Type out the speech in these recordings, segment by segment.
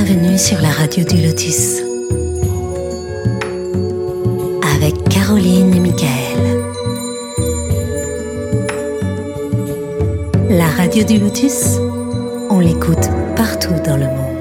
Bienvenue sur la radio du Lotus avec Caroline et Michael. La radio du Lotus, on l'écoute partout dans le monde.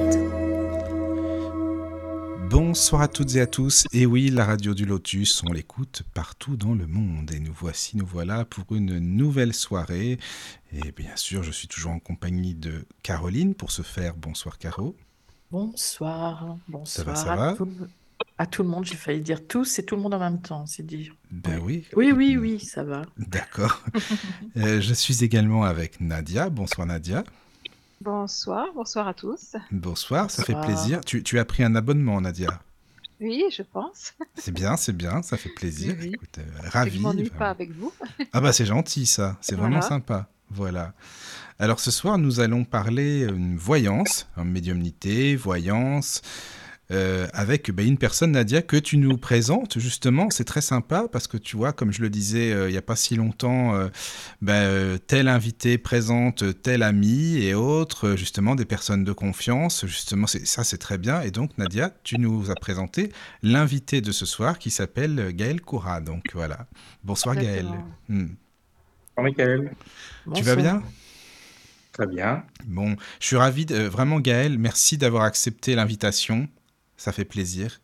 Bonsoir à toutes et à tous, et oui, la radio du Lotus, on l'écoute partout dans le monde. Et nous voilà pour une nouvelle soirée. Et bien sûr, je suis toujours en compagnie de Caroline pour ce faire. Bonsoir Caro. Bonsoir, Ça bonsoir va à tout le monde. J'ai failli dire tous et tout le monde en même temps, c'est dire. Ben Ouais. oui. Oui, ça va. D'accord. Je suis également avec Nadia. Bonsoir Nadia. Bonsoir à tous. Bonsoir, ça fait Bonsoir. plaisir. Tu as pris un abonnement Nadia. Oui, je pense. C'est bien, ça fait plaisir. Oui. Écoute, Et ravi. que je m'ennuie vraiment. pas avec vous. Ah bah c'est gentil ça, c'est vraiment Voilà. sympa. Voilà. Alors ce soir, nous allons parler voyance, médiumnité, voyance, avec une personne, Nadia, que tu nous présentes justement. C'est très sympa parce que tu vois, comme je le disais il n'y a pas si longtemps, tel invité présente tel ami et autres, justement des personnes de confiance. Justement, c'est très bien. Et donc Nadia, tu nous as présenté l'invité de ce soir qui s'appelle Gaël Koura. Donc voilà. Bonsoir Gaël. Exactement. Bonjour Michael, Tu vas bien ? très bien. Bon, je suis ravi, vraiment Gaël, merci d'avoir accepté l'invitation, ça fait plaisir.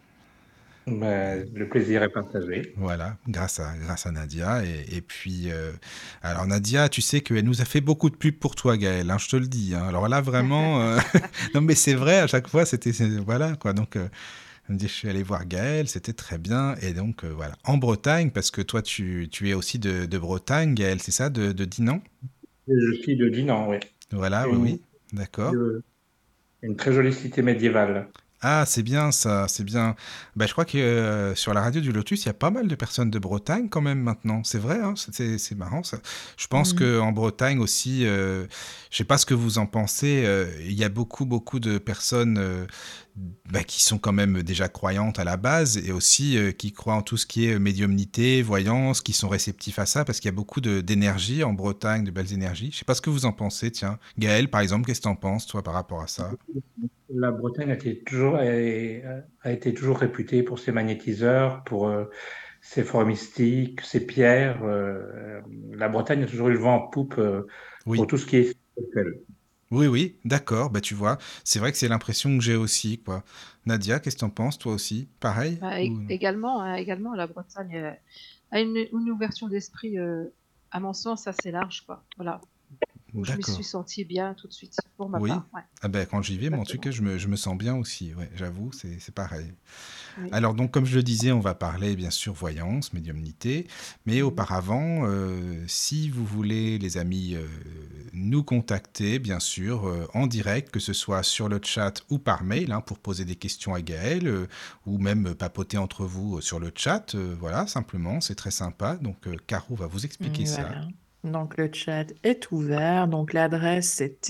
Le plaisir est partagé. Voilà, grâce à Nadia. Et puis, alors Nadia, tu sais qu'elle nous a fait beaucoup de pubs pour toi Gaël, hein, je te le dis. Hein. Alors là, vraiment, non mais c'est vrai, à chaque fois, voilà quoi. Donc, elle me dit, je suis allé voir Gaël, c'était très bien. Et donc, voilà, en Bretagne, parce que toi, tu es aussi de Bretagne, Gaël, c'est ça, de Dinan ? Je suis de Dinan, oui. Voilà, oui, d'accord. Une très jolie cité médiévale. Ah, c'est bien ça, c'est bien. Je crois que sur la radio du Lotus, il y a pas mal de personnes de Bretagne quand même maintenant. C'est vrai, hein, c'est marrant ça. Je pense qu'en Bretagne aussi, je sais pas ce que vous en pensez, il y a beaucoup de personnes qui sont quand même déjà croyantes à la base et aussi qui croient en tout ce qui est médiumnité, voyance, qui sont réceptifs à ça parce qu'il y a beaucoup d'énergie en Bretagne, de belles énergies. Je sais pas ce que vous en pensez, tiens. Gaël, par exemple, qu'est-ce que tu en penses, toi, par rapport à ça ? La Bretagne a été toujours réputée pour ses magnétiseurs, pour ses forêts mystiques, ses pierres. La Bretagne a toujours eu le vent en poupe Oui. pour tout ce qui est spirituel. Oui, d'accord, tu vois, c'est vrai que c'est l'impression que j'ai aussi, quoi. Nadia, qu'est-ce que t'en penses, toi aussi ? Pareil ? Également, la Bretagne a une ouverture d'esprit, à mon sens, assez large, quoi. Voilà. Où je m'y suis sentie bien tout de suite, pour ma part. Ouais. Ah quand j'y vais, moi, en tout cas, Exactement. je me sens bien aussi, ouais, j'avoue, c'est pareil. Oui. Alors donc, comme je le disais, on va parler bien sûr voyance, médiumnité, mais auparavant, si vous voulez, les amis, nous contacter, bien sûr, en direct, que ce soit sur le chat ou par mail, hein, pour poser des questions à Gaël, ou même papoter entre vous sur le chat, voilà, simplement, c'est très sympa. Donc, Caro va vous expliquer ça. Voilà. Donc le chat est ouvert. Donc l'adresse c'est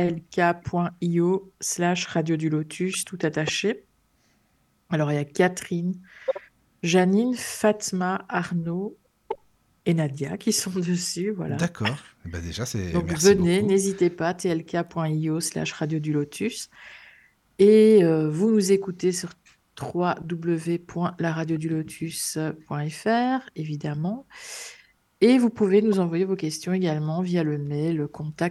tlk.io/radio du Lotus, tout attaché. Alors il y a Catherine, Janine, Fatma, Arnaud et Nadia qui sont dessus. Voilà. D'accord. Déjà, Donc merci venez, beaucoup. n'hésitez pas, tlk.io/radio du Lotus. Et vous nous écoutez sur www.laradiodulotus.fr, évidemment. Et vous pouvez nous envoyer vos questions également via le mail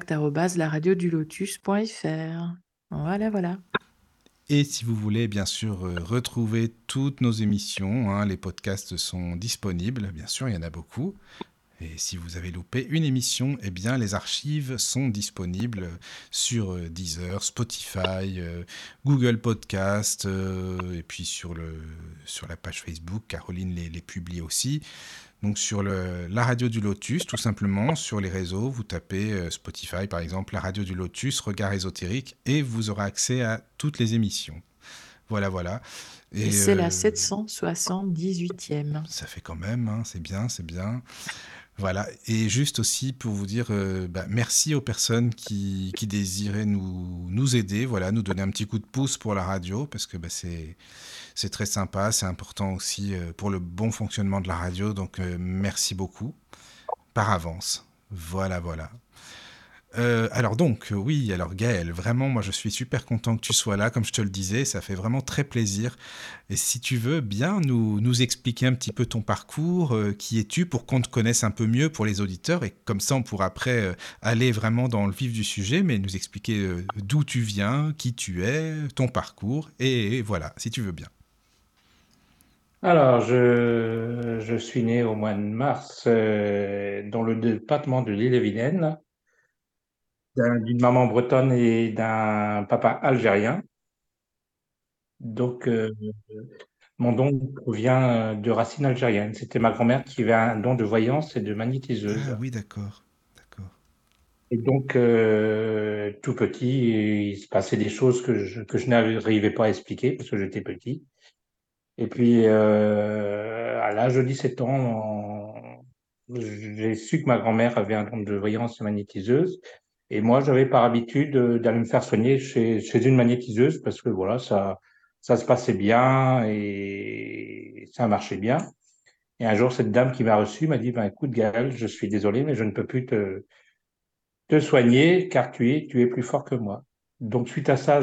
contact@laradiodulotus.fr. Voilà. Et si vous voulez, bien sûr, retrouver toutes nos émissions, hein, les podcasts sont disponibles, bien sûr, il y en a beaucoup. Et si vous avez loupé une émission, eh bien, les archives sont disponibles sur Deezer, Spotify, Google Podcast, et puis sur la page Facebook, Caroline les publie aussi. Donc sur la radio du Lotus, tout simplement, sur les réseaux, vous tapez Spotify par exemple, la radio du Lotus, Regard ésotérique, et vous aurez accès à toutes les émissions. Voilà. Et c'est la 778e. Ça fait quand même, hein, c'est bien. Voilà, et juste aussi pour vous dire merci aux personnes qui désiraient nous aider, voilà, nous donner un petit coup de pouce pour la radio, parce que c'est très sympa, c'est important aussi pour le bon fonctionnement de la radio, donc merci beaucoup, par avance. Voilà. Alors donc, oui, alors Gaël, vraiment, moi je suis super content que tu sois là, comme je te le disais, ça fait vraiment très plaisir. Et si tu veux bien nous expliquer un petit peu ton parcours, qui es-tu, pour qu'on te connaisse un peu mieux pour les auditeurs, et comme ça on pourra après aller vraiment dans le vif du sujet, mais nous expliquer d'où tu viens, qui tu es, ton parcours, et voilà, si tu veux bien. Alors, je suis né au mois de mars dans le département de l'Ille-et-Vilaine, d'une maman bretonne et d'un papa algérien. Donc, mon don provient de racines algériennes. C'était ma grand-mère qui avait un don de voyance et de magnétiseuse. Ah oui, d'accord, d'accord. Et donc, tout petit, il se passait des choses que je n'arrivais pas à expliquer parce que j'étais petit. Et puis, à l'âge de 17 ans, j'ai su que ma grand-mère avait un don de voyance magnétiseuse. Et moi, j'avais par habitude d'aller me faire soigner chez une magnétiseuse parce que voilà, ça se passait bien et ça marchait bien. Et un jour, cette dame qui m'a reçu m'a dit, ben, écoute, Gaël, je suis désolé, mais je ne peux plus te soigner car tu es plus fort que moi. Donc, suite à ça,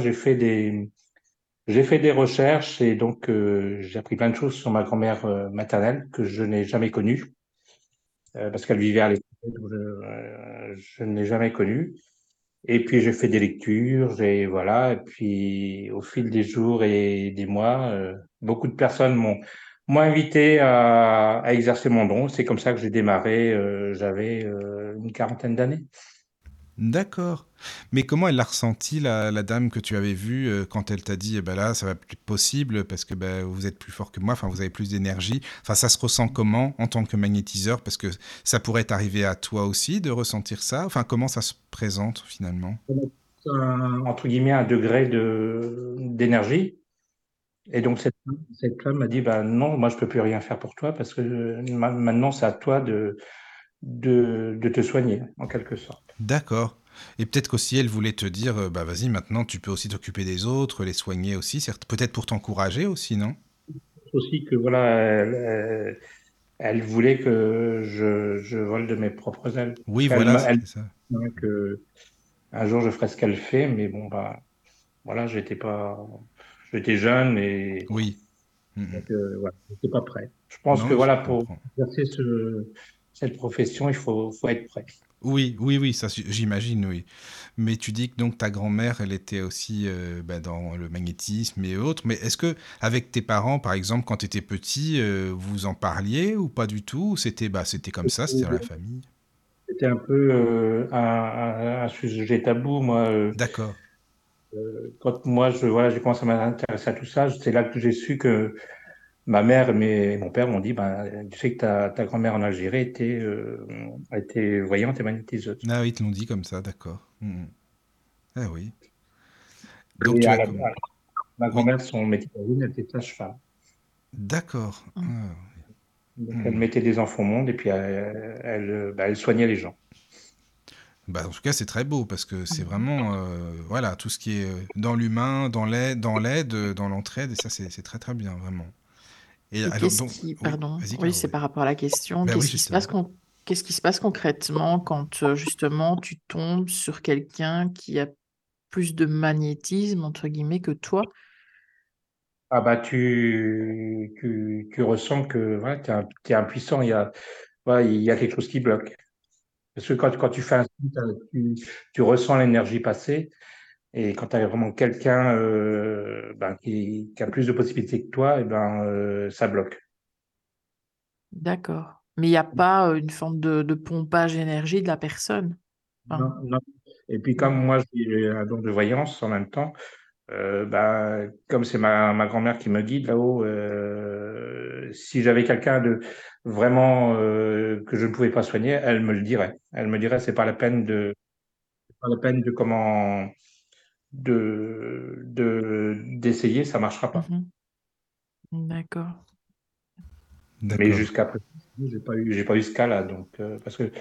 j'ai fait des recherches et donc j'ai appris plein de choses sur ma grand-mère maternelle que je n'ai jamais connue parce qu'elle vivait à l'étranger, donc je ne l'ai jamais connue. Et puis j'ai fait des lectures, voilà. Et puis au fil des jours et des mois, beaucoup de personnes m'ont invité à exercer mon don. C'est comme ça que j'ai démarré. J'avais une quarantaine d'années. D'accord. Mais comment elle l'a ressenti, la dame que tu avais vue, quand elle t'a dit, eh ben là, ça va plus être possible parce que ben, vous êtes plus fort que moi, enfin, vous avez plus d'énergie. Enfin, ça se ressent comment en tant que magnétiseur? Parce que ça pourrait t'arriver à toi aussi de ressentir ça. Enfin, comment ça se présente finalement? Entre guillemets un degré d'énergie. Et donc cette femme m'a dit, bah non, moi je peux plus rien faire pour toi parce que maintenant c'est à toi de te soigner en quelque sorte. D'accord. Et peut-être qu'aussi elle voulait te dire, bah vas-y, maintenant tu peux aussi t'occuper des autres, les soigner aussi, certes, peut-être pour t'encourager aussi, non? Aussi que voilà, elle voulait que je vole de mes propres ailes parce Oui, voilà, elle c'était ça. hein, que un jour je ferai ce qu'elle fait, mais bon bah voilà, j'étais jeune et Oui. donc, Mhm. voilà, j'étais pas prêt. Je pense que Non, je voilà pour comprends. exercer cette profession, faut être prêt. Oui, oui, oui, ça, j'imagine, oui. Mais tu dis que donc ta grand-mère, elle était aussi bah, dans le magnétisme et autres. Mais est-ce que avec tes parents, par exemple, quand tu étais petit, vous en parliez ou pas du tout? Ou c'était bah, c'était comme ça, c'était dans la famille? C'était un peu un sujet tabou, moi. D'accord. Quand moi, voilà, j'ai commencé à m'intéresser à tout ça, c'est là que j'ai su que ma mère et mon père m'ont dit, ben, tu sais que ta grand-mère en Algérie était voyante et magnétiseuse. Ah oui, ils te l'ont dit comme ça, d'accord. Mhm. Ah oui. Donc Et tu as comme... ma Oui, grand-mère, son métier d'origine, elle était sage-femme. d'accord. Mm. Ah, Donc, elle mhm. mettait des enfants au monde et puis elle soignait les gens. Bah, en tout cas, c'est très beau parce que c'est vraiment voilà, tout ce qui est dans l'humain, dans l'entraide, et ça, c'est très très bien, vraiment. Et Et alors, donc, oui, pardon, vas-y, oui, Caro, c'est oui. par rapport à la question, Ben oui, justement. qu'est-ce qui se passe concrètement quand justement tu tombes sur quelqu'un qui a plus de magnétisme, entre guillemets, que toi? Ah bah tu ressens que voilà, t'es impuissant, voilà, il y a quelque chose qui bloque. Parce que quand tu fais un signe, tu ressens l'énergie passer. Et quand tu as vraiment quelqu'un ben, qui a plus de possibilités que toi, et ben, ça bloque. D'accord. Mais il n'y a pas une forme de pompage énergie de la personne. Non, Enfin, non. Et puis comme mm, moi j'ai un don de voyance en même temps, ben, comme c'est ma grand-mère qui me guide là-haut, si j'avais quelqu'un de vraiment que je ne pouvais pas soigner, elle me le dirait. Elle me dirait c'est pas la peine pas la peine d'essayer, ça marchera pas. mhm. D'accord. Mais D'accord. jusqu'à présent, j'ai pas eu ce cas-là. Donc, parce que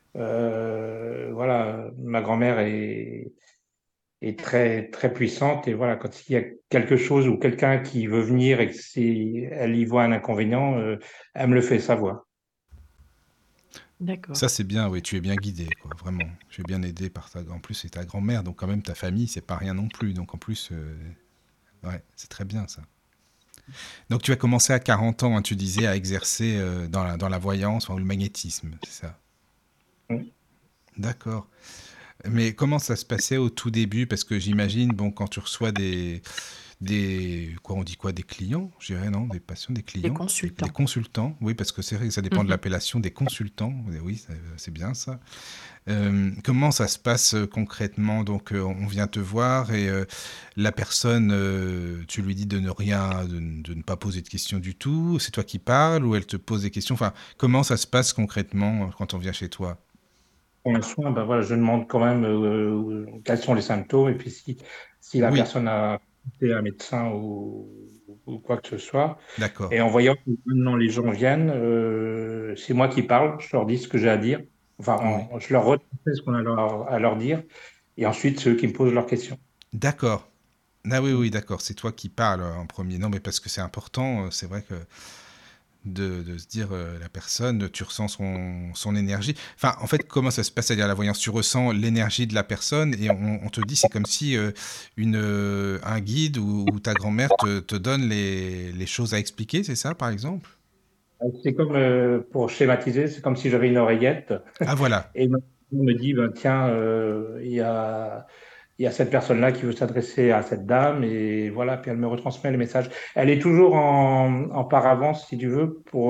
voilà, ma grand-mère est très, très puissante. Et voilà, quand il y a quelque chose ou quelqu'un qui veut venir et que elle y voit un inconvénient, elle me le fait savoir. D'accord. Ça, c'est bien, oui, tu es bien guidé, quoi, vraiment. Tu es bien aidé par En plus, c'est ta grand-mère, donc quand même, ta famille, c'est pas rien non plus. Donc en plus, ouais, c'est très bien, ça. Donc tu as commencé à 40 ans, hein, tu disais, à exercer dans la voyance ou le magnétisme, c'est ça? Mm. D'accord. Mais comment ça se passait au tout début? Parce que j'imagine, bon, quand tu reçois quoi, on dit quoi, des clients, je dirais, non, des patients, des Des clients, des consultants. consultants, oui, parce que c'est vrai que ça dépend de Mhm. l'appellation des consultants, oui, c'est bien ça. Comment ça se passe concrètement? Donc, on vient te voir et la personne, tu lui dis de ne pas poser de questions du tout. C'est toi qui parles ou elle te pose des questions? Enfin, comment ça se passe concrètement quand on vient chez toi? Pour les soins, ben voilà, je demande quand même quels sont les symptômes et puis si la Oui, personne a été un médecin ou quoi que ce soit. d'accord. Et en voyant que maintenant les gens viennent, c'est moi qui parle, je leur dis ce que j'ai à dire. Enfin, Oui. je leur retransmets ce qu'on a à leur dire. Et ensuite, c'est eux qui me posent leurs questions. D'accord. Ah oui, oui, d'accord. C'est toi qui parles en premier. Non, mais parce que c'est important. C'est vrai que de se dire la personne, tu ressens son énergie. Enfin, en fait, comment ça se passe? C'est-à-dire la voyance, tu ressens l'énergie de la personne et on te dit, c'est comme si un guide ou ta grand-mère te donne les choses à expliquer, c'est ça, par exemple? C'est comme, pour schématiser, c'est comme si j'avais une oreillette Ah voilà. et on me dit, ben, tiens, il y a cette personne-là qui veut s'adresser à cette dame et voilà, puis elle me retransmet le message. Elle est toujours en paravance, si tu veux,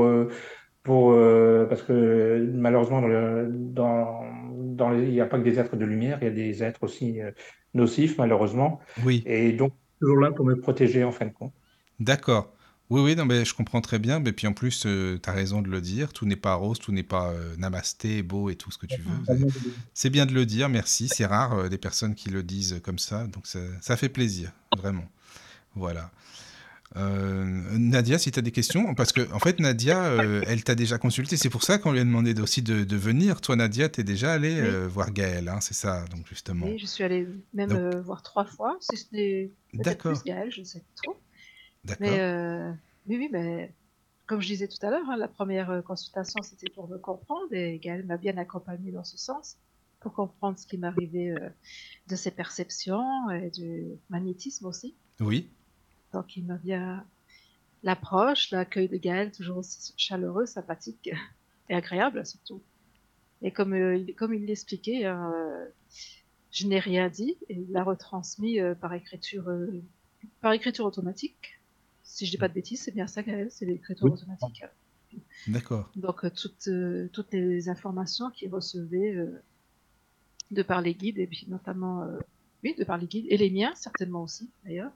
parce que malheureusement, il n'y a pas que des êtres de lumière, il y a des êtres aussi nocifs, malheureusement. Oui. Et donc, toujours là pour me protéger, en fin de compte. D'accord. Oui, oui, non, mais je comprends très bien. Mais puis en plus, tu as raison de le dire. Tout n'est pas rose, tout n'est pas namasté, beau et tout ce que tu veux. C'est bien de le dire, merci. C'est rare des personnes qui le disent comme ça. Donc ça fait plaisir, vraiment. Voilà. Nadia, si tu as des questions, parce que en fait, Nadia, elle t'a déjà consulté. C'est pour ça qu'on lui a demandé aussi de venir. Toi, Nadia, tu es déjà allée Oui, voir Gaël, hein, c'est ça, donc justement. oui, je suis allée même Donc, voir 3 fois, si ce n'est peut-être plus d'accord, Gaël, je ne sais pas trop. Mais d'accord. oui, oui, mais comme je disais tout à l'heure, hein, la première consultation, c'était pour me comprendre et Gaël m'a bien accompagnée dans ce sens, pour comprendre ce qui m'arrivait de ses perceptions et du magnétisme aussi. Oui, Donc il m'a bien l'approche, l'accueil de Gaël, toujours aussi chaleureux, sympathique et agréable surtout. Et comme il l'expliquait, hein, je n'ai rien dit et il l'a retransmis par écriture automatique. Si je dis pas de bêtises, c'est bien ça, Gaël, c'est l'écriture Oui. automatique. d'accord. Donc toutes les informations qu'il recevait de par les guides et puis notamment oui, de par les guides et les miens certainement aussi d'ailleurs.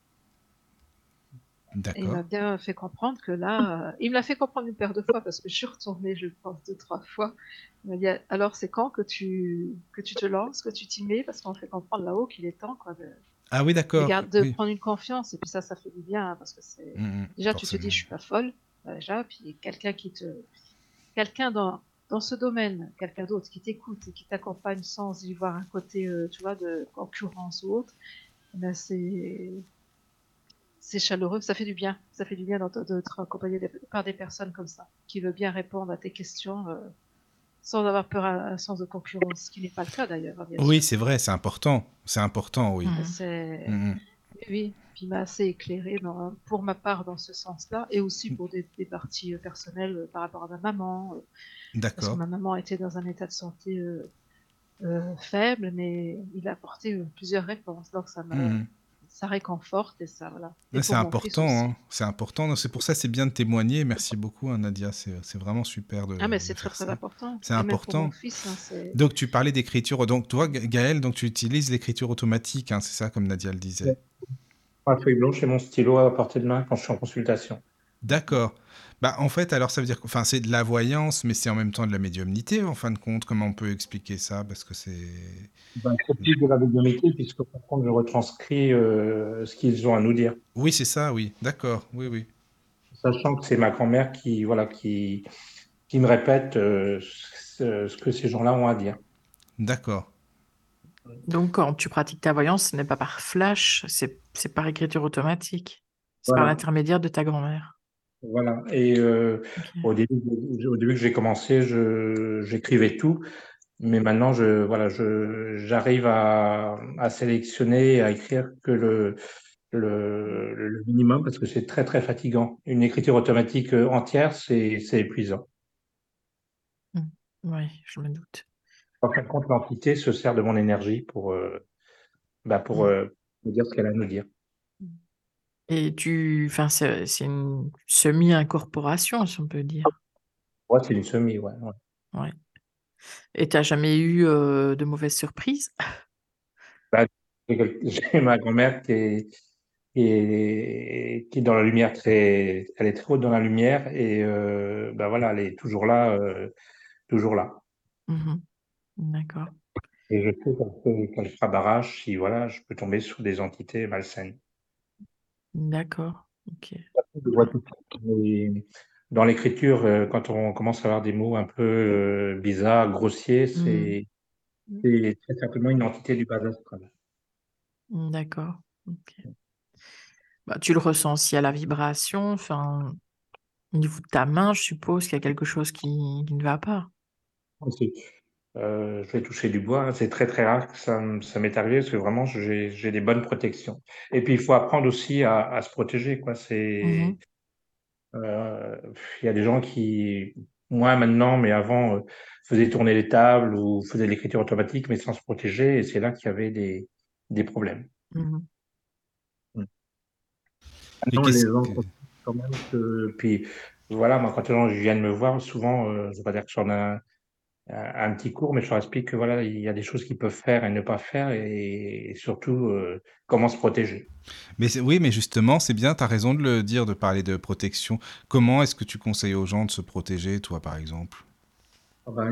Et il D'accord. m'a bien fait comprendre que là, il me l'a fait comprendre une paire de fois parce que je suis retournée, je pense, 2, 3 fois. Il m'a dit alors c'est quand que tu te lances, que tu t'y mets parce qu'on fait comprendre là-haut qu'il est temps quoi Ah oui, d'accord. de Oui. prendre une confiance et puis ça fait du bien hein, parce que c'est déjà tu te dis Forcément. je suis pas folle déjà puis quelqu'un dans ce domaine, quelqu'un d'autre qui t'écoute et qui t'accompagne sans y voir un côté tu vois de concurrence ou autre, eh ben c'est chaleureux, ça fait du bien d'être accompagné par des personnes comme ça qui veulent bien répondre à tes questions sans avoir peur à un sens de concurrence, ce qui n'est pas le cas d'ailleurs, hein, bien Oui, sûr. c'est vrai, c'est important. C'est important, oui. Mhm. C'est Mm, mm. Oui, oui, puis il m'a assez éclairé pour ma part dans ce sens-là, et aussi pour des parties personnelles par rapport à ma maman, parce que D'accord. ma maman était dans un état de santé faible, mais il a apporté plusieurs réponses, donc Mm, mm. ça réconforte et ça, voilà. Et Ouais, c'est pour mon fils important, aussi. hein. C'est important. Non, c'est pour ça, c'est bien de témoigner. Merci beaucoup, hein, Nadia. C'est vraiment super Ah, mais de c'est très faire très ça. important, C'est et même pour mon important. fils, hein, c'est... Donc, tu parlais d'écriture. Donc, toi, Gaël, donc tu utilises l'écriture automatique, hein, c'est ça, comme Nadia le disait. Ma feuille blanche et mon stylo à portée de main quand je suis en consultation. D'accord. Bah, en fait, alors ça veut dire que, enfin, c'est de la voyance, mais c'est en même temps de la médiumnité, en fin de compte. Comment on peut expliquer ça? Parce que c'est. Ben, c'est plus de la médiumnité puisque par contre, je retranscris ce qu'ils ont à nous dire, Oui, c'est ça, oui. D'accord. Oui, oui. sachant que c'est ma grand-mère qui me répète ce que ces gens-là ont à dire. D'accord. Donc, quand tu pratiques ta voyance, ce n'est pas par flash, c'est par écriture automatique. C'est par Voilà. l'intermédiaire de ta grand-mère. Voilà. Et Ok. au début que j'ai commencé, j'écrivais tout. Mais maintenant, j'arrive à sélectionner, à écrire que le minimum parce que c'est très, très fatigant. Une écriture automatique entière, c'est épuisant. Oui, je me doute. En fin de compte, l'entité se sert de mon énergie pour Mm. me dire ce qu'elle a à nous dire. Et enfin, c'est une semi-incorporation, si on peut dire. Ouais, c'est une semi, ouais. Ouais. Ouais. Et t'as jamais eu de mauvaises surprises? Bah, j'ai ma grand-mère qui est dans la lumière elle est très haute dans la lumière et bah voilà, elle est toujours là, toujours là. Mhm. D'accord. Et je sais qu'elle fera barrage si voilà, je peux tomber sur des entités malsaines. D'accord. Ok. Je vois tout de suite. Et dans l'écriture, quand on commence à avoir des mots un peu bizarres, grossiers, Mm. c'est très certainement une entité du bas astral. D'accord. Ok. Bah, tu le ressens aussi à la vibration, enfin, au niveau de ta main, je suppose qu'il y a quelque chose qui ne va pas. Aussi. Je vais toucher du bois, hein. C'est très très rare que ça m'est arrivé parce que vraiment j'ai des bonnes protections. Et puis il faut apprendre aussi à se protéger, quoi. Mhm. Euh, il y a des gens qui, moi maintenant, mais avant, faisaient tourner les tables ou faisaient de l'écriture automatique, mais sans se protéger, et c'est là qu'il y avait des problèmes. Mhm. Mm. Et Maintenant, les qu'est-ce gens que... comprennent quand même que, puis voilà, moi quand les gens viennent me voir, souvent, je ne vais pas dire que j'en ai un petit cours, mais je leur explique que voilà, il y a des choses qu'ils peuvent faire et ne pas faire, et surtout comment se protéger. Mais oui, mais justement, c'est bien, tu as raison de le dire, de parler de protection. Comment est-ce que tu conseilles aux gens de se protéger, toi, par exemple? Ah ben,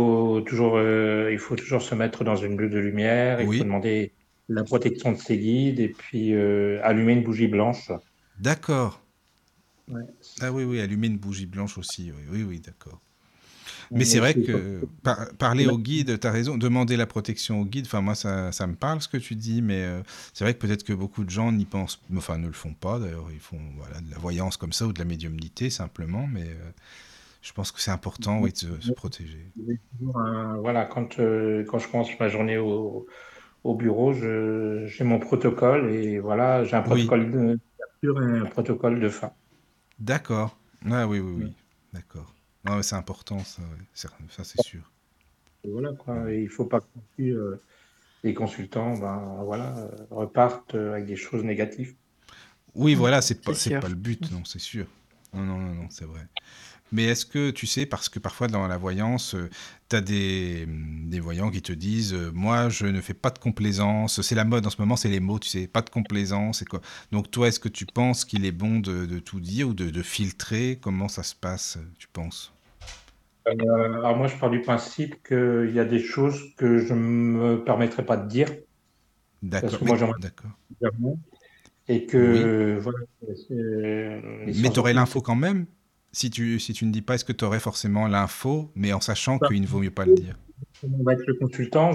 il faut toujours se mettre dans une bulle de lumière. Il faut Oui, demander la protection de ses guides et puis allumer une bougie blanche. d'accord. Ouais. Ah oui, oui, allumer une bougie blanche aussi, oui, oui, oui, d'accord. Mais c'est Et vrai puis, que parler au guide, tu as raison, demander la protection au guide, enfin moi ça me parle ce que tu dis, mais c'est vrai que peut-être que beaucoup de gens n'y pensent, enfin ne le font pas d'ailleurs, ils font voilà, de la voyance comme ça ou de la médiumnité simplement, mais je pense que c'est important, oui, de se protéger. voilà, quand je commence ma journée au bureau, j'ai mon protocole et voilà, j'ai un Oui, protocole d'ouverture et un protocole de fin. d'accord. Ah oui, oui, Ouais. oui, d'accord. Non, mais c'est important, ça, ouais. Ça c'est sûr. Et voilà quoi. Et il faut pas que non plus, les consultants voilà, repartent avec des choses négatives. Oui, Mm. voilà, C'est c'est pas sûr. le but, non, c'est sûr. Non, non, non, non, c'est vrai. Mais est-ce que tu sais, parce que parfois dans la voyance, tu as des voyants qui te disent moi, je ne fais pas de complaisance. C'est la mode en ce moment, c'est les mots, tu sais, pas de complaisance. Et quoi. Donc, toi, est-ce que tu penses qu'il est bon de tout dire ou de filtrer? Comment ça se passe, tu penses? Alors moi, je pars du principe qu'il y a des choses que je ne me permettrai pas de dire, parce D'accord. que Mais, moi, j'aimerais d'accord. dire non, et Oui. que voilà, les Mais sciences tu aurais occultes, l'info quand même? Si tu ne dis pas, est-ce que tu aurais forcément l'info, mais en sachant ça, qu'il ne vaut mieux pas le dire? on va être le consultant,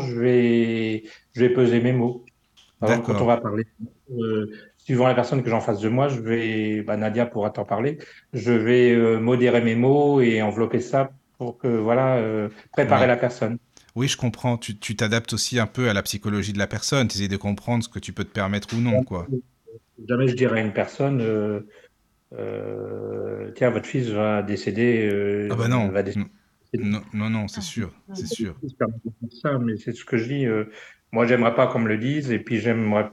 je vais peser mes mots. Par exemple, quand on D'accord. va parler, suivant la personne que j'en face de moi, Nadia pourra t'en parler, je vais modérer mes mots et envelopper ça pour que, voilà, préparer Oui. la personne. Oui, je comprends. Tu t'adaptes aussi un peu à la psychologie de la personne. Tu essaies de comprendre ce que tu peux te permettre ou non, quoi. Jamais je dirais à une personne, tiens, votre fils va décéder, Ah bah non. va décéder. Non, non, non, c'est Ah, sûr. ah, C'est sûr. Se permet de faire ça, mais c'est ce que je dis. Moi, j'aimerais pas qu'on me le dise, et puis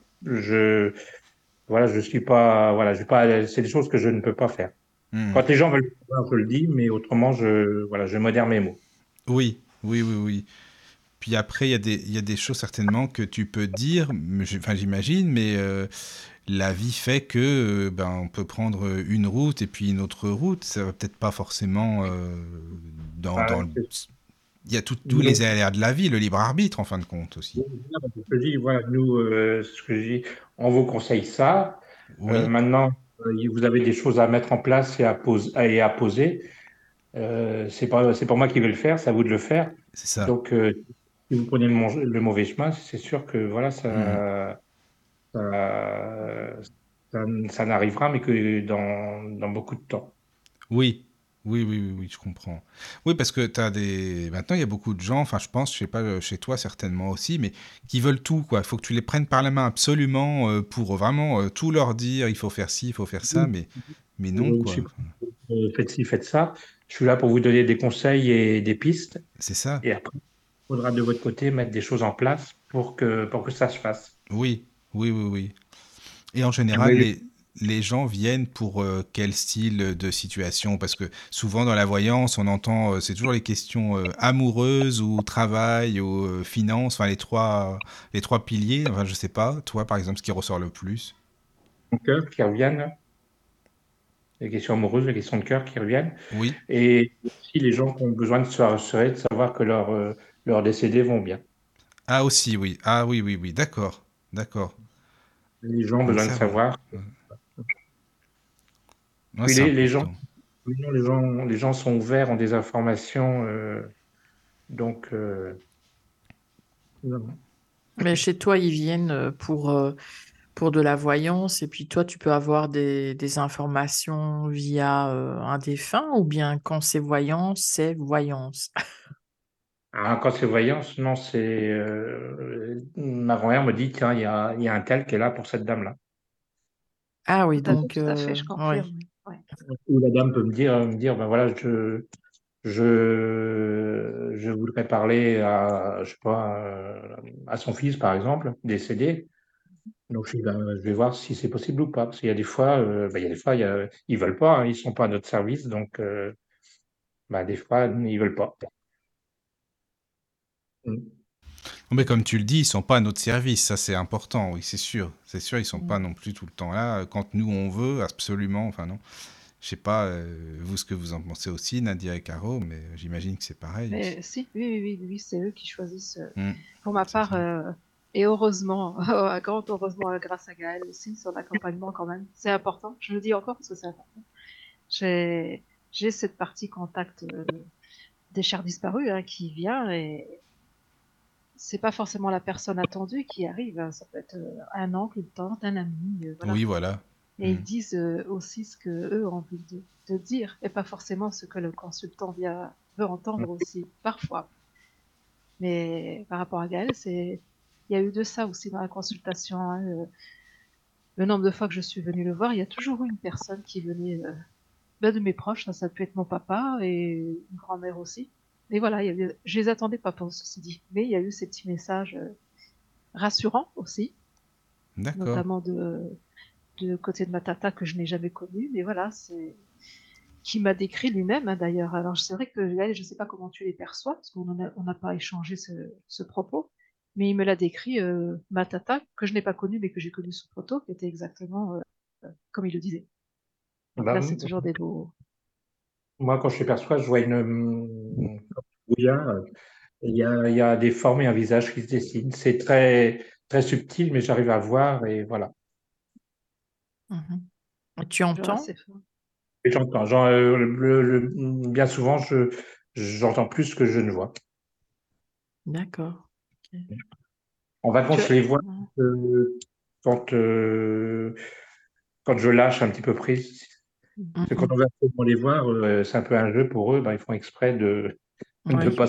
voilà, je suis pas, voilà, je suis pas, c'est des choses que je ne peux pas faire. Hmm. Quand les gens veulent le savoir, je le dis, mais autrement, voilà, je modère mes mots. Oui, oui, oui, oui. Puis après, il y a des choses certainement que tu peux dire, enfin j'imagine, mais la vie fait que ben, on peut prendre une route et puis une autre route. Ça va peut-être pas forcément dans Ah, le... c'est- Il y a tous nous, les aléas de la vie, le libre arbitre en fin de compte aussi. ce que je dis, voilà, nous, ce que je dis, on vous conseille ça. Oui, Maintenant, vous avez des choses à mettre en place et à poser. C'est pas moi qui vais le faire, c'est à vous de le faire. c'est ça. Donc, si vous prenez le mauvais chemin, c'est sûr que voilà, Hmm. ça, ça n'arrivera, mais que dans beaucoup de temps. Oui, oui, je comprends. Oui, parce que t'as des... Maintenant, il y a beaucoup de gens, enfin, je pense, je sais pas, chez toi certainement aussi, mais qui veulent tout, quoi. Il faut que tu les prennes par la main absolument pour vraiment tout leur dire, il faut faire ci, il faut faire ça, mais non, Je suis quoi. pas, faites ci, faites ça. Je suis là pour vous donner des conseils et des pistes. C'est ça. Et après, il faudra de votre côté mettre des choses en place pour que ça se fasse. Oui. Et en général, Mais les gens viennent pour quel style de situation? Parce que souvent dans la voyance, on entend, c'est toujours les questions amoureuses ou travail ou finances, enfin les trois piliers. Enfin, je sais pas, toi par exemple, ce qui ressort le plus. les cœurs qui reviennent, les questions amoureuses, les questions de cœur qui reviennent. Oui. Et aussi les gens qui ont besoin de se rassurer, de savoir que leurs décédés vont bien. Ah aussi, oui. Ah oui. D'accord. Les gens ont Donc besoin de ça, ouais. savoir. Ouais, Puis c'est les gens, important. les gens sont ouverts, ont des informations. Donc, non. Mais chez toi, ils viennent pour de la voyance et puis toi, tu peux avoir des informations via un défunt ou bien quand c'est voyance, c'est voyance. Ah, quand c'est voyance, non, c'est ma grand-mère me dit, tiens, il y a un tel qui est là pour cette dame-là. Ah oui, donc, Tout à fait, je oui. confirme. Ouais. Ou la dame peut me dire, ben voilà, je voudrais parler à, je sais pas, à son fils, par exemple, décédé. Donc, je dis, ben, je vais voir si c'est possible ou pas. Parce qu'il y a des fois, ben, il y a des fois, ils veulent pas, hein, ils sont pas à notre service, donc, ben, des fois, ils veulent pas. Mm. Mais comme tu le dis, ils sont pas à notre service, ça c'est important, oui, c'est sûr. C'est sûr, ils sont pas non plus tout le temps là. Quand nous on veut, absolument, enfin non. Je sais pas, vous, ce que vous en pensez aussi, Nadia et Caro, mais j'imagine que c'est pareil aussi. Mais si, oui, c'est eux qui choisissent. Hmm, Pour ma c'est part, ça. et heureusement, un grand heureusement grâce à Gaël aussi, son accompagnement quand même, c'est important. Je le dis encore parce que c'est important. J'ai, j'ai cette partie contact des chers disparus hein, qui vient et c'est pas forcément la personne attendue qui arrive. Hein. Ça peut être un oncle, une tante, un ami, voilà. Oui, voilà. Et Hmm. ils disent aussi ce que eux ont envie de dire et pas forcément ce que le consultant veut entendre aussi, parfois. Mais par rapport à Gaël, il y a eu de ça aussi dans la consultation. Hein. Le nombre de fois que je suis venue le voir, il y a toujours eu une personne qui venait de mes proches. Ça peut être mon papa et une grand-mère aussi. Et voilà, je les attendais pas pour ceci dit. Mais il y a eu ces petits messages rassurants aussi, D'accord. notamment de côté de ma tata que je n'ai jamais connue. Mais voilà, c'est qui m'a décrit lui-même hein, d'ailleurs. Alors c'est vrai que là, je ne sais pas comment tu les perçois, parce on n'a pas échangé ce propos, mais il me l'a décrit, ma tata, que je n'ai pas connue, mais que j'ai connue sous photo, qui était exactement comme il le disait. Donc là, c'est Ben, toujours des beaux... moi, quand je les perçois, je vois comme un brouillard. Il y a des formes et un visage qui se dessinent. C'est très subtil, mais j'arrive à voir et voilà. Mhm. Et tu Genre entends? assez fort. Et j'entends. Bien souvent, j'entends plus que je ne vois. D'accord. Ok. En vacances, Tu je as... les vois euh, quand, euh, quand je lâche un petit peu prise. Parce que quand on Mhm. va absolument les voir, c'est un peu un jeu pour eux. Ben, ils font exprès de Oui. pas.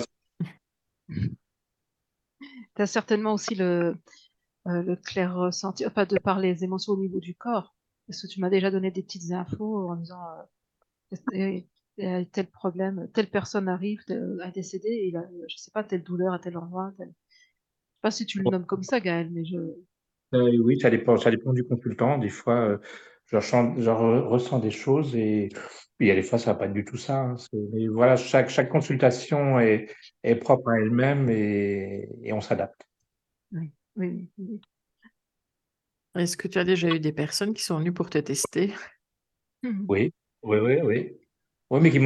T'as certainement aussi le clair ressenti, enfin de par les émotions au niveau du corps. Parce que tu m'as déjà donné des petites infos en disant il y a tel problème, telle personne arrive à décéder, et il a, je sais pas, telle douleur à tel endroit. Je sais pas si tu le nommes comme ça, Gaël, mais je... Oui, ça dépend du consultant. Des fois, ressens des choses et puis il y a des fois, ça va pas être du tout ça. Hein. Mais voilà, chaque consultation est propre à elle-même et on s'adapte. Oui. Est-ce que tu as déjà eu des personnes qui sont venues pour te tester? Mhm. Oui, oui. Oui, mais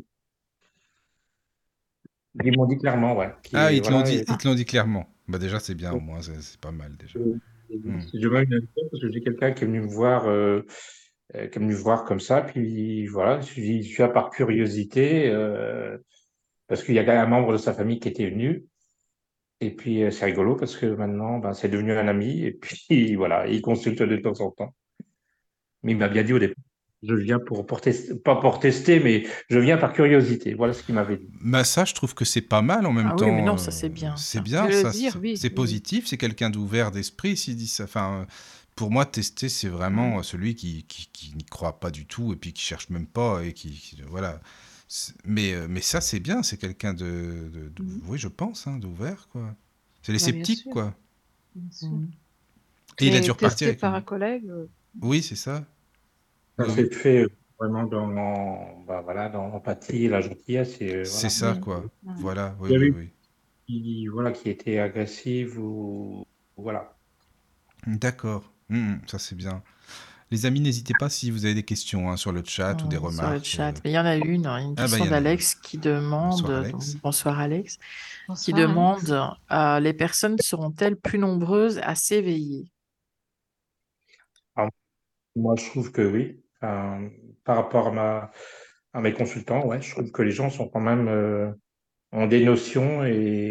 qui m'ont dit clairement, ouais. Ah, Voilà, ils Ah, te l'ont dit clairement. Bah déjà, c'est bien, au moins, c'est pas mal déjà. Hmm. je mets une anecdote parce que j'ai quelqu'un qui est venu me voir, qui est venu me voir comme ça, puis voilà, je suis là par curiosité, parce qu'il y a quand même un membre de sa famille qui était venu. Et puis, c'est rigolo parce que maintenant, ben, c'est devenu un ami. Et puis, voilà, il consulte de temps en temps. Mais il m'a bien dit au départ. Je viens pas pour tester, mais je viens par curiosité. Voilà ce qu'il m'avait dit. Bah ça, je trouve que c'est pas mal en même Ah oui, mais temps. non, ça c'est bien, C'est ça. bien, De le ça, dire, oui, c'est oui, oui. positif. C'est quelqu'un d'ouvert d'esprit s'il dit ça. Enfin, pour moi, tester, c'est vraiment Ouais. celui qui n'y croit pas du tout et puis qui cherche même pas et voilà. Mais ça, c'est bien. C'est quelqu'un Mhm. oui, je pense, hein, d'ouvert, quoi. C'est les Bah, bien sceptiques, sûr, quoi. bien sûr. Mhm. Et il a dû Mais repartir testé avec par un une. collègue, Oui, c'est ça. Ça Oui, s'est oui. fait vraiment dans l'empathie et la gentillesse. Et, C'est voilà. ça, Oui. quoi. ouais. Voilà, oui, Il y oui, avait oui. voilà, qui était agressive ou voilà. D'accord. Ça, c'est bien. Les amis, n'hésitez pas si vous avez des questions hein, sur le chat ou des Sur le remarques. chat. Mais il y en a une Ah bah il question y en a une. d'Alex qui demande, Bonsoir donc, Alex. bonsoir Alex, qui Bonsoir, Alex. demande les personnes seront-elles plus nombreuses à s'éveiller? Alors, moi, je trouve que oui. Enfin, par rapport à mes consultants, ouais, je trouve que les gens sont quand même ont des notions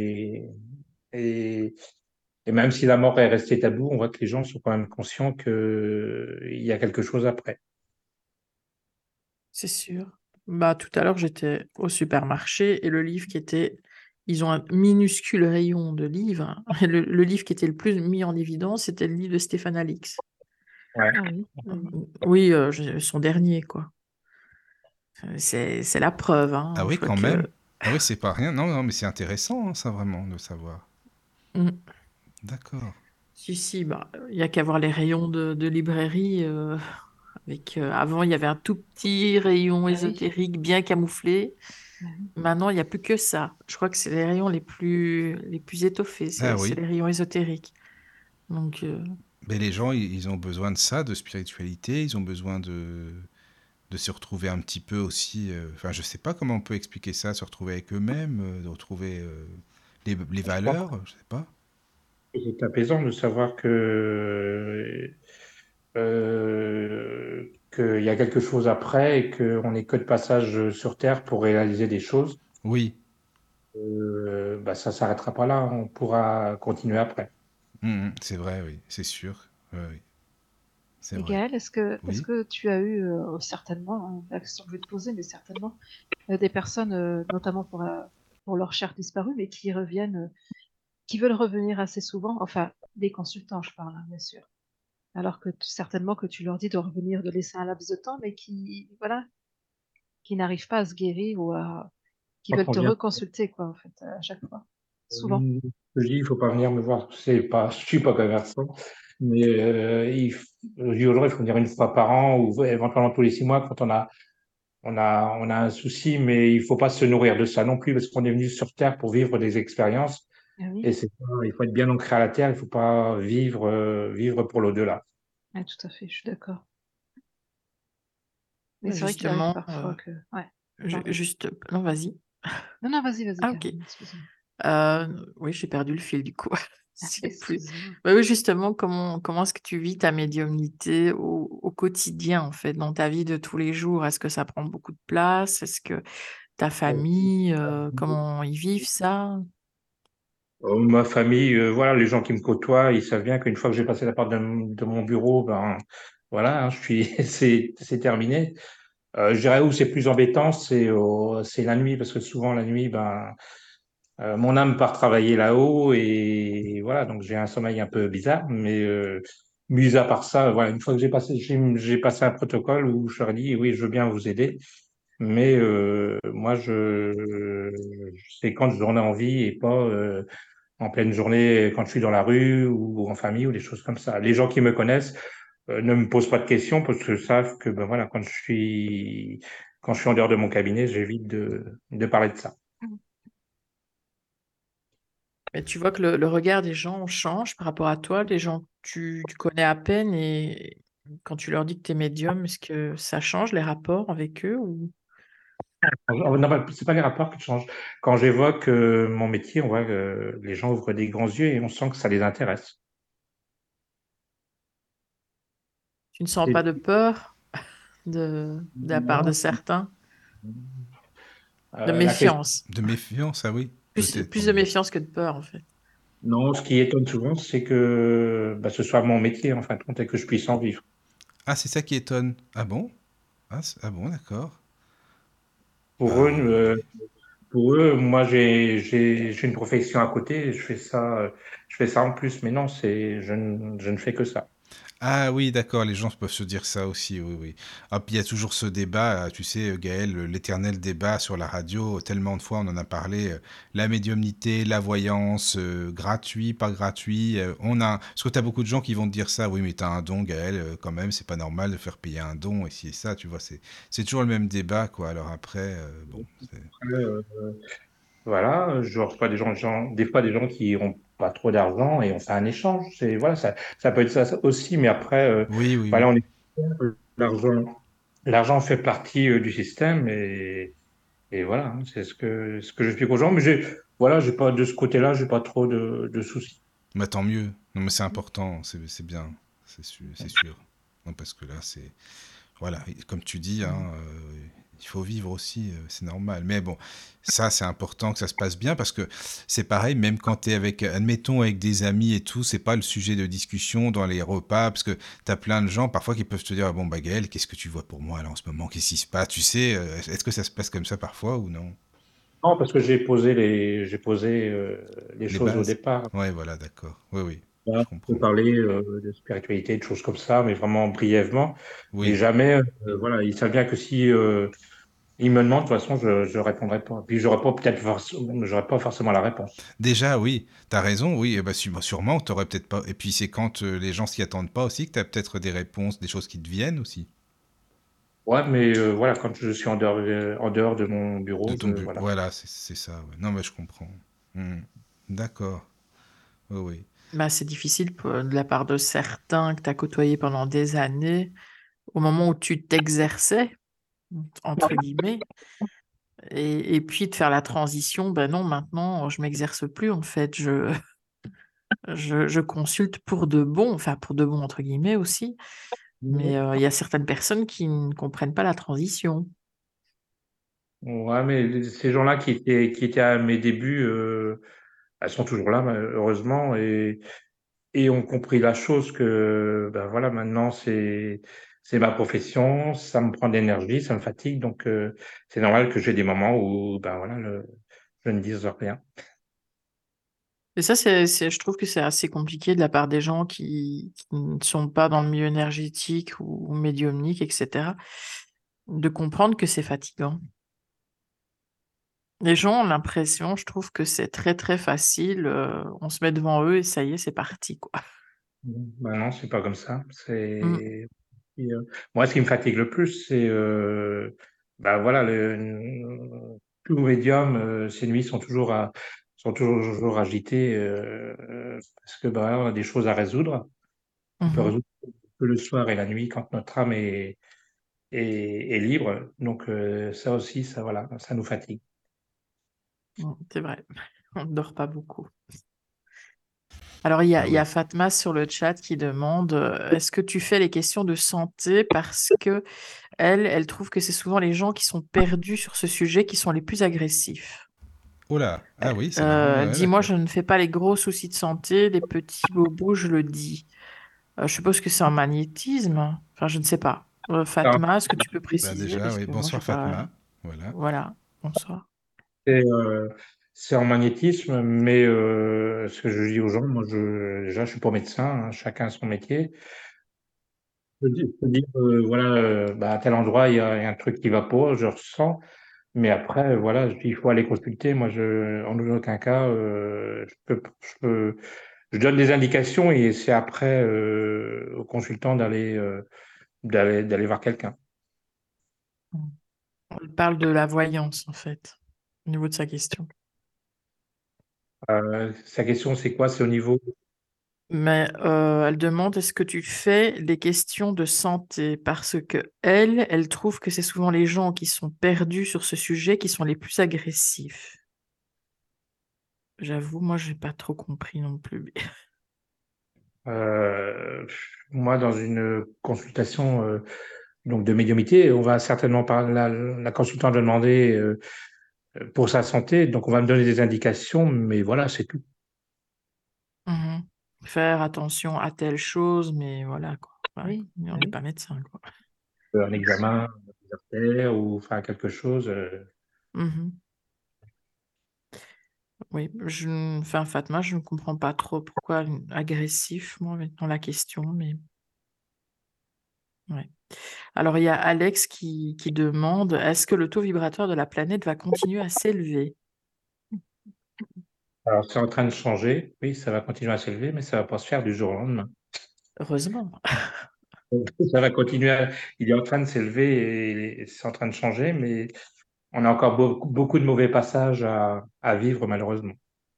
et, et même si la mort est restée taboue, on voit que les gens sont quand même conscients qu'il y a quelque chose après. C'est sûr. Bah, tout à l'heure, j'étais au supermarché et le livre qui était. Ils ont un minuscule rayon de livres. Et le livre qui était le plus mis en évidence, c'était le livre de Stéphane Alix. Ouais. Ah oui, oui. Oui, son dernier, quoi. C'est la preuve, Ah hein. Je oui vois quand même. que. Ah oui c'est pas rien. Non non mais c'est intéressant hein, ça vraiment de savoir. Mm. D'accord. Si, si, bah, il n'y a qu'à voir les rayons de librairie. Avant, il y avait un tout petit rayon Ah oui, ésotérique bien camouflé. ah oui. Maintenant, il n'y a plus que ça. Je crois que c'est les rayons les plus étoffés, Ah c'est oui. les rayons ésotériques. Donc, Mais les gens ils ont besoin de ça, de spiritualité. Ils ont besoin de se retrouver un petit peu aussi. Enfin je sais pas comment on peut expliquer ça, se retrouver avec eux-mêmes, de retrouver les Je pense valeurs. Je sais pas. que c'est apaisant de savoir qu'il y a quelque chose après et qu'on n'est que de passage sur Terre pour réaliser des choses. Oui. Bah, ça s'arrêtera pas là, on pourra continuer après. C'est vrai oui c'est sûr. Oui, oui, c'est Et vrai. Gaël, est-ce Oui. que tu as eu certainement, hein, la question que je vais te poser, mais certainement, des personnes, notamment pour leurs chers disparus, mais qui reviennent, qui veulent revenir assez souvent, enfin, des consultants, je parle, hein, bien sûr. Alors que certainement que tu leur dis de revenir, de laisser un laps de temps, mais qui, voilà, qui n'arrivent pas à se guérir qui Quand veulent on te vient, reconsulter, quoi, en fait, à chaque fois. Souvent. je dis, il faut pas venir me voir. C'est pas, je suis pas commerçant, mais je dis aux gens, il faut venir une fois par an ou éventuellement tous les 6 mois quand on a un souci, mais il faut pas se nourrir de ça non plus parce qu'on est venu sur Terre pour vivre des expériences Ah oui, et il faut être bien ancré à la Terre, il faut pas vivre pour l'au-delà. ah, tout à fait, je suis d'accord. Mais bah, c'est vrai qu'il arrive justement, parfois que... Ouais, pardon. non, vas-y. Non, non, vas-y, Ah, ok. Caroline, excuse-moi. Oui, j'ai perdu le fil du coup. Je Ah, sais plus. excuse-moi. Bah oui, justement, comment est-ce que tu vis ta médiumnité au quotidien, en fait, dans ta vie de tous les jours? Est-ce que ça prend beaucoup de place? Est-ce que ta famille, comment ils vivent ça? Ma famille, voilà, les gens qui me côtoient, ils savent bien qu'une fois que j'ai passé la porte de mon bureau, ben voilà, hein, c'est terminé. Je dirais où c'est plus embêtant, c'est la nuit, parce que souvent la nuit, ben mon âme part travailler là-haut et voilà, donc j'ai un sommeil un peu bizarre, mais mis à part ça, voilà, une fois que j'ai passé un protocole où je leur ai dit oui, je veux bien vous aider, mais moi c'est quand j'en ai envie et pas en pleine journée quand je suis dans la rue ou en famille ou des choses comme ça. Les gens qui me connaissent ne me posent pas de questions parce qu'ils savent que ben voilà, quand je suis en dehors de mon cabinet, j'évite de parler de ça. Mais tu vois que le regard des gens change par rapport à toi, les gens que tu connais à peine, et quand tu leur dis que tu es médium, est-ce que ça change les rapports avec eux ou... Non, c'est pas les rapports qui changent. Quand j'évoque mon métier, on voit que les gens ouvrent des grands yeux et on sent que ça les intéresse. Tu ne sens Et pas de peur de la part de non, certains? De la question, méfiance. De méfiance ah oui peut-être. Plus de méfiance que de peur, en fait. non, ce qui étonne souvent, c'est que bah, ce soit mon métier en fin de compte et que je puisse en vivre. Ah c'est ça qui étonne. Ah bon? Ah bon, d'accord. Pour eux, Ah, moi, j'ai une profession à côté, je fais ça en plus, mais non, je ne fais que ça. ah oui, d'accord, les gens peuvent se dire ça aussi, oui, oui. Ah, puis il y a toujours ce débat, tu sais, Gaël, l'éternel débat sur la radio, tellement de fois on en a parlé, la médiumnité, la voyance, gratuit, pas gratuit. Parce que tu as beaucoup de gens qui vont te dire ça, oui, mais tu as un don, Gaël, quand même, c'est pas normal de faire payer un don, et si et ça, tu vois, c'est toujours le même débat, quoi. Alors après, bon, Euh, voilà, je reçois des fois des gens qui ont pas trop d'argent et on fait un échange. Voilà, ça peut être ça aussi, mais après, oui, oui, voilà, oui. l'argent, l'argent fait partie du système et voilà, hein, c'est ce que j'explique aux gens. Mais voilà, j'ai pas de ce côté-là, j'ai pas trop de soucis. Mais tant mieux. Non, mais c'est important, c'est bien, c'est sûr. Non, parce que là, c'est voilà, comme tu dis, hein, il faut vivre aussi, c'est normal. Mais bon, ça, c'est important que ça se passe bien parce que c'est pareil, même quand tu es avec, admettons, avec des amis et tout, c'est pas le sujet de discussion dans les repas parce que tu as plein de gens parfois qui peuvent te dire ah bon, bah Gaël, qu'est-ce que tu vois pour moi là en ce moment? Qu'est-ce qui se passe? Tu sais, est-ce que ça se passe comme ça parfois ou non? Non, parce que j'ai posé les Les choses au bases? départ. Ouais, voilà, d'accord. Oui, oui, Voilà, je on peut comprends. parler de spiritualité, de choses comme ça, mais vraiment brièvement. Mais Oui. jamais, voilà, ils savent bien que si ils me demandent, de toute façon, je répondrai pas. Puis j'aurais pas forcément la réponse. Déjà, oui, t'as raison, oui, bah, sûrement, t'aurais peut-être pas. Et puis c'est quand les gens s'y attendent pas aussi que t'as peut-être des réponses, des choses qui te viennent aussi. Ouais, mais voilà, quand je suis en dehors de mon De bureau, ton but. voilà. Voilà, c'est ça. Ouais. Non, mais je comprends. Hmm. D'accord. Oui, oui. Bah, c'est difficile de la part de certains que tu as côtoyés pendant des années, au moment où tu t'exerçais, entre guillemets, et puis de faire la transition, ben non, maintenant, je m'exerce plus, en fait, je consulte pour de bon, enfin pour de bon, entre guillemets aussi, mais il y a certaines personnes qui ne comprennent pas la transition. Ouais, mais ces gens-là qui étaient à mes débuts, elles sont toujours là, heureusement, et ont compris la chose que, ben voilà, maintenant c'est ma profession, ça me prend de l'énergie, ça me fatigue, donc c'est normal que j'ai des moments où, ben voilà, je ne dise rien. Et ça, je trouve que c'est assez compliqué de la part des gens qui ne sont pas dans le milieu énergétique ou médiumnique, etc., de comprendre que c'est fatigant. Les gens ont l'impression, je trouve que c'est très très facile, on se met devant eux et ça y est, c'est parti, quoi. Ben non, c'est pas comme ça. Mm. Et, moi, ce qui me fatigue le plus, c'est, ben voilà, tout médium, ces nuits sont toujours agitées parce que ben, voilà, on a des choses à résoudre. On peut Mhm. résoudre que le soir et la nuit quand notre âme est libre. Donc ça aussi, ça voilà, ça nous fatigue. C'est vrai, on ne dort pas beaucoup. Alors, Ah il y oui. a Fatma sur le chat qui demande est-ce que tu fais les questions de santé parce que elle trouve que c'est souvent les gens qui sont perdus sur ce sujet qui sont les plus agressifs. Oh là. Ah oui, c'est marrant. Ouais, Dis-moi, d'accord. je ne fais pas les gros soucis de santé, les petits bobos, je le dis. Je suppose que c'est un magnétisme. Enfin, je ne sais pas. Alors, Fatma, est-ce que tu peux Bah préciser? déjà, Parce oui. que moi, je Bonsoir sais pas. Fatma. Voilà. Voilà, bonsoir. C'est c'est en magnétisme, mais ce que je dis aux gens, déjà, je suis pas médecin, hein, chacun son métier. Je peux dire, voilà, bah, à tel endroit, il y a un truc qui va pas, je ressens, mais après, voilà, il faut aller consulter. Moi, en aucun cas, je donne des indications et c'est après au consultant d'aller voir quelqu'un. Elle parle de la voyance, en fait, au niveau de sa question. Sa question, c'est quoi? C'est au niveau. Mais elle demande est-ce que tu fais les questions de santé? Parce que elle trouve que c'est souvent les gens qui sont perdus sur ce sujet qui sont les plus agressifs. J'avoue, moi, j'ai pas trop compris non plus. Euh, Moi, dans une consultation donc de médiumnité, on va certainement parler, la consultante va demander pour sa santé, donc on va me donner des indications, mais voilà, c'est tout. Mhm. Faire attention à telle chose, mais voilà, quoi. Ouais, Oui, on n'est oui. pas médecin, quoi. Un examen. des artères ou enfin quelque chose. Mhm. Oui, enfin, Fatma, je ne comprends pas trop pourquoi agressif, moi, dans la question, mais ouais. Alors, il y a Alex qui demande, est-ce que le taux vibratoire de la planète va continuer à s'élever? Alors, c'est en train de changer. Oui, ça va continuer à s'élever, mais ça va pas se faire du jour au lendemain. Heureusement. Ça va continuer il est en train de s'élever et c'est en train de changer, mais on a encore beaucoup de mauvais passages à vivre, malheureusement.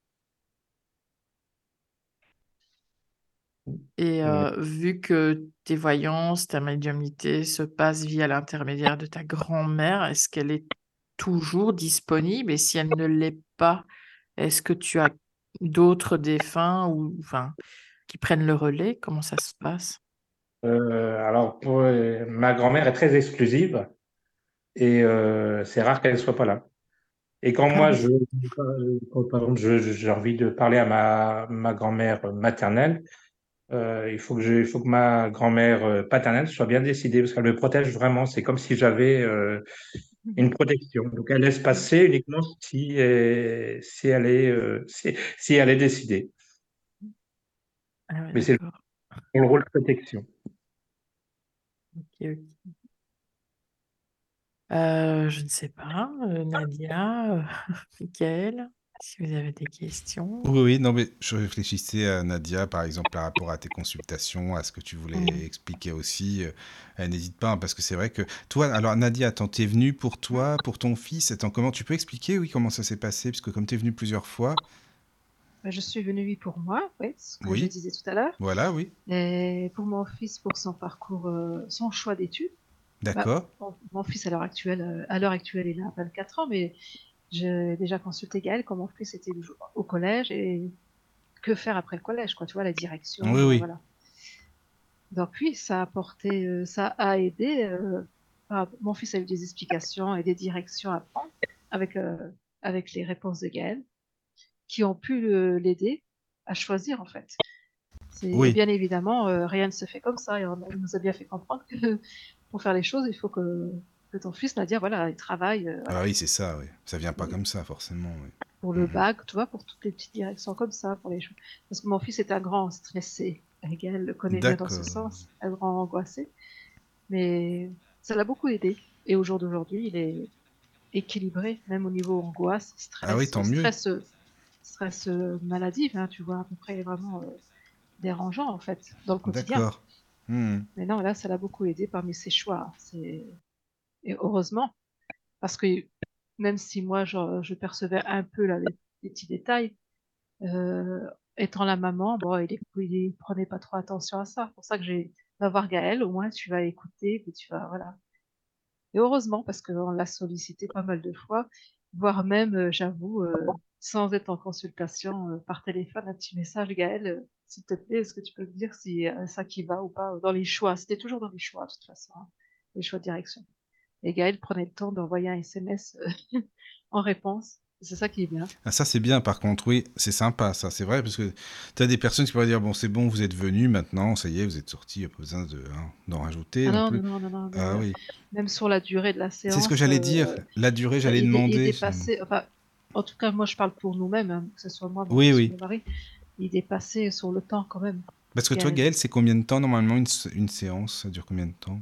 Et Mais, vu que tes voyances, ta médiumnité se passent via l'intermédiaire de ta grand-mère, est-ce qu'elle est toujours disponible? Et si elle ne l'est pas, est-ce que tu as d'autres défunts ou enfin qui prennent le relais? Comment ça se passe? alors, ma grand-mère est très exclusive et c'est rare qu'elle ne soit pas là. Et quand Ah moi, oui. quand, par exemple, j'ai envie de parler à ma grand-mère maternelle, il faut que ma grand-mère paternelle soit bien décidée parce qu'elle me protège vraiment. C'est comme si j'avais une protection. Donc, elle laisse passer uniquement si elle est décidée. Ah ouais, Mais c'est d'accord. le rôle de protection. Ok, ok. Je ne sais pas, Nadia, Michael, si vous avez des questions. Oui, oui, non, mais je réfléchissais à Nadia, par exemple, par rapport à tes consultations, à ce que tu voulais expliquer aussi. N'hésite pas, hein, parce que c'est vrai que toi, alors Nadia, attends, t'es venue pour toi, pour ton fils. Attends, comment tu peux expliquer, oui, comment ça s'est passé? Parce que comme t'es venue plusieurs fois, Je suis venue, oui, pour moi, oui, ce que je oui, disais tout à l'heure. voilà, oui, Et pour mon fils, pour son parcours, son choix d'études. Bah, d'accord. mon fils, à l'heure actuelle, il a 24 ans, mais j'ai déjà consulté Gaël quand mon fils était au collège et que faire après le collège, quoi, tu vois, la Oui, direction, oui, voilà. Donc oui, ça a apporté, ça a aidé. Mon fils a eu des explications et des directions à prendre avec, avec les réponses de Gaël qui ont pu l'aider à choisir, en fait. Et oui. bien évidemment, rien ne se fait comme ça. Et il nous a bien fait comprendre que pour faire les choses, il faut que ton fils, Nadia, voilà, il travaille, Ah voilà, oui, c'est ça, oui. Ça vient pas comme ça, forcément, oui. pour le Mhm. bac, tu vois, pour toutes les petites directions comme ça, pour les choses. Parce que mon fils est un grand stressé. Gaël le connaît bien dans ce D'accord. sens, un grand angoissé. Mais ça l'a beaucoup aidé. Et au jour d'aujourd'hui, il est équilibré, même au niveau angoisse, Ah oui, tant mieux. stress maladif, hein, tu vois, à peu près vraiment dérangeant, en fait, dans le quotidien. D'accord. Hmm. Mais non, là, ça l'a beaucoup aidé parmi ses choix. Et heureusement, parce que même si moi, je percevais un peu là, les petits détails, euh, étant la maman, bon, il prenait pas trop attention à ça. C'est pour ça que va voir Gaël, au moins tu vas écouter, puis tu vas, voilà. Et heureusement, parce qu'on l'a sollicité pas mal de fois, voire même, j'avoue, sans être en consultation, par téléphone, un petit message, Gaël, s'il te plaît, est-ce que tu peux me dire si ça qui va ou pas dans les choix? C'était toujours dans les choix, de toute façon, hein, les choix de direction. Et Gaël prenait le temps d'envoyer un SMS en réponse. C'est ça qui est bien. Ah, ça, c'est bien, par contre, oui, c'est sympa, ça, c'est vrai, parce que tu as des personnes qui pourraient dire, bon, c'est bon, vous êtes venus, maintenant, ça y est, vous êtes sortis, il n'y a pas besoin d'en rajouter Ah non non, plus. non, non, non, non, Ah mais oui. même sur la durée de la C'est ce que séance, j'allais dire, la durée, j'allais il demander. dépassait, enfin, en tout cas, moi je parle pour nous-mêmes, hein, que ce soit moi, mon Oui, fils ou oui. mon mari, il dépassait sur le temps quand même. Parce que toi, Gaël. Gaël, c'est combien de temps, normalement, une séance? Ça dure combien de temps?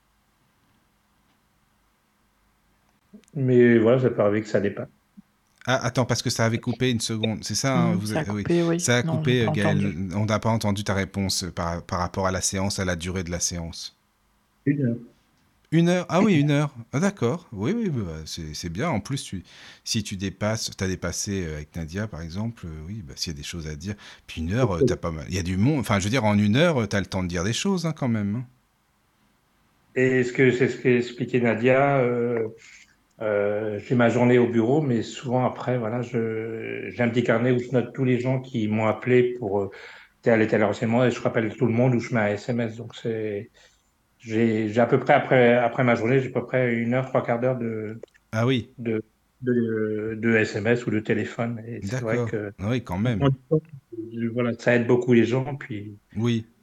Mais voilà, ça peut arriver que ça dépasse. Ah, attends, parce que ça avait coupé une seconde, c'est ça, hein, Ça a oui. coupé, oui. Ça a Non, j'ai coupé, pas Gaël. entendu. On n'a pas entendu ta réponse par rapport à la séance, à la durée de la séance. 1 heure. 1 heure? Ah oui, 1 heure. Ah d'accord. Oui, oui, bah, c'est bien. En plus, si tu dépasses, t'as dépassé avec Nadia, par exemple, oui, bah, s'il y a des choses à dire. Puis 1 heure, t'as pas mal. Il y a du monde. Enfin, je veux dire, en 1 heure, t'as le temps de dire des choses, hein, quand même, hein. Et c'est ce qu'expliquait Nadia. J'ai ma journée au bureau, mais souvent après, voilà, j'ai un petit carnet où je note tous les gens qui m'ont appelé pour tel et tel renseignement et je rappelle tout le monde ou je mets un SMS. Donc j'ai à peu près après ma journée, j'ai à peu près 1 heure, 3/4 d'heure Ah oui, de, de SMS ou de téléphone. Et c'est vrai d'accord. que Ah oui, quand même. voilà, ça aide beaucoup les gens. Puis Oui.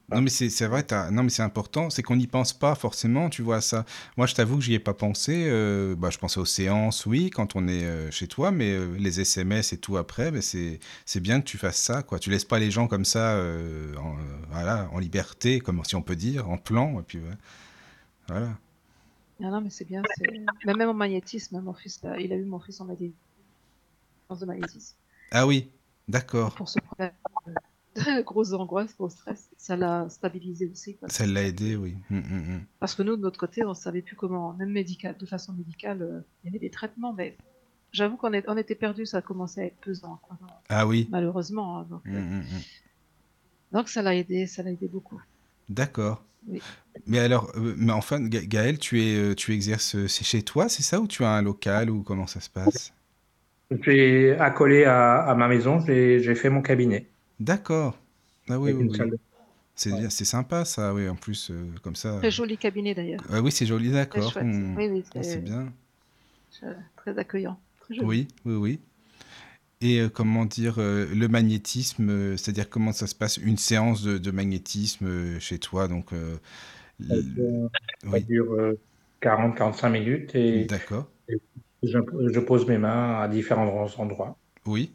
Non, mais c'est vrai, non, mais c'est important, c'est qu'on n'y pense pas forcément, tu vois, ça. Moi, je t'avoue que j'y ai pas pensé. Bah, je pensais aux séances, oui, quand on est chez toi, mais les SMS et tout après, bah, c'est bien que tu fasses ça, quoi. Tu laisses pas les gens comme ça, voilà, en liberté, comme si on peut dire, en plan, et puis voilà. Ah non, mais c'est bien. Même en magnétisme, mon fils, là, il a eu mon fils en magnétisme, de magnétisme. Ah oui, d'accord. Pour ce problème de grosses angoisses, gros stress, ça l'a stabilisé aussi, quoi, Ça l'a aidé, oui. Parce que nous, de notre côté, on savait plus comment, même de façon médicale, il y avait des traitements, mais j'avoue on était perdus, ça commençait à être pesant, quoi, Ah oui. malheureusement, hein, donc ça l'a aidé beaucoup. D'accord. Oui. Mais alors, mais enfin, Gaël, tu exerces c'est chez toi, c'est ça, ou tu as un local, ou comment ça se passe? J'ai accolé à ma maison, j'ai fait mon cabinet D'accord. Ah oui, avec oui, une oui. salle de... C'est Ouais. bien, c'est sympa ça, oui, en plus, comme ça. Très joli cabinet d'ailleurs, Ah oui, c'est joli, très d'accord. chouette. Oui, oui, Ah, c'est c'est bien. très accueillant, très joli. Oui, oui, oui. Et comment dire, le magnétisme, c'est-à-dire comment ça se passe, une séance de magnétisme chez toi, donc, Ça oui, dure 40-45 minutes d'accord. et je, je pose mes mains à différents endroits. Oui,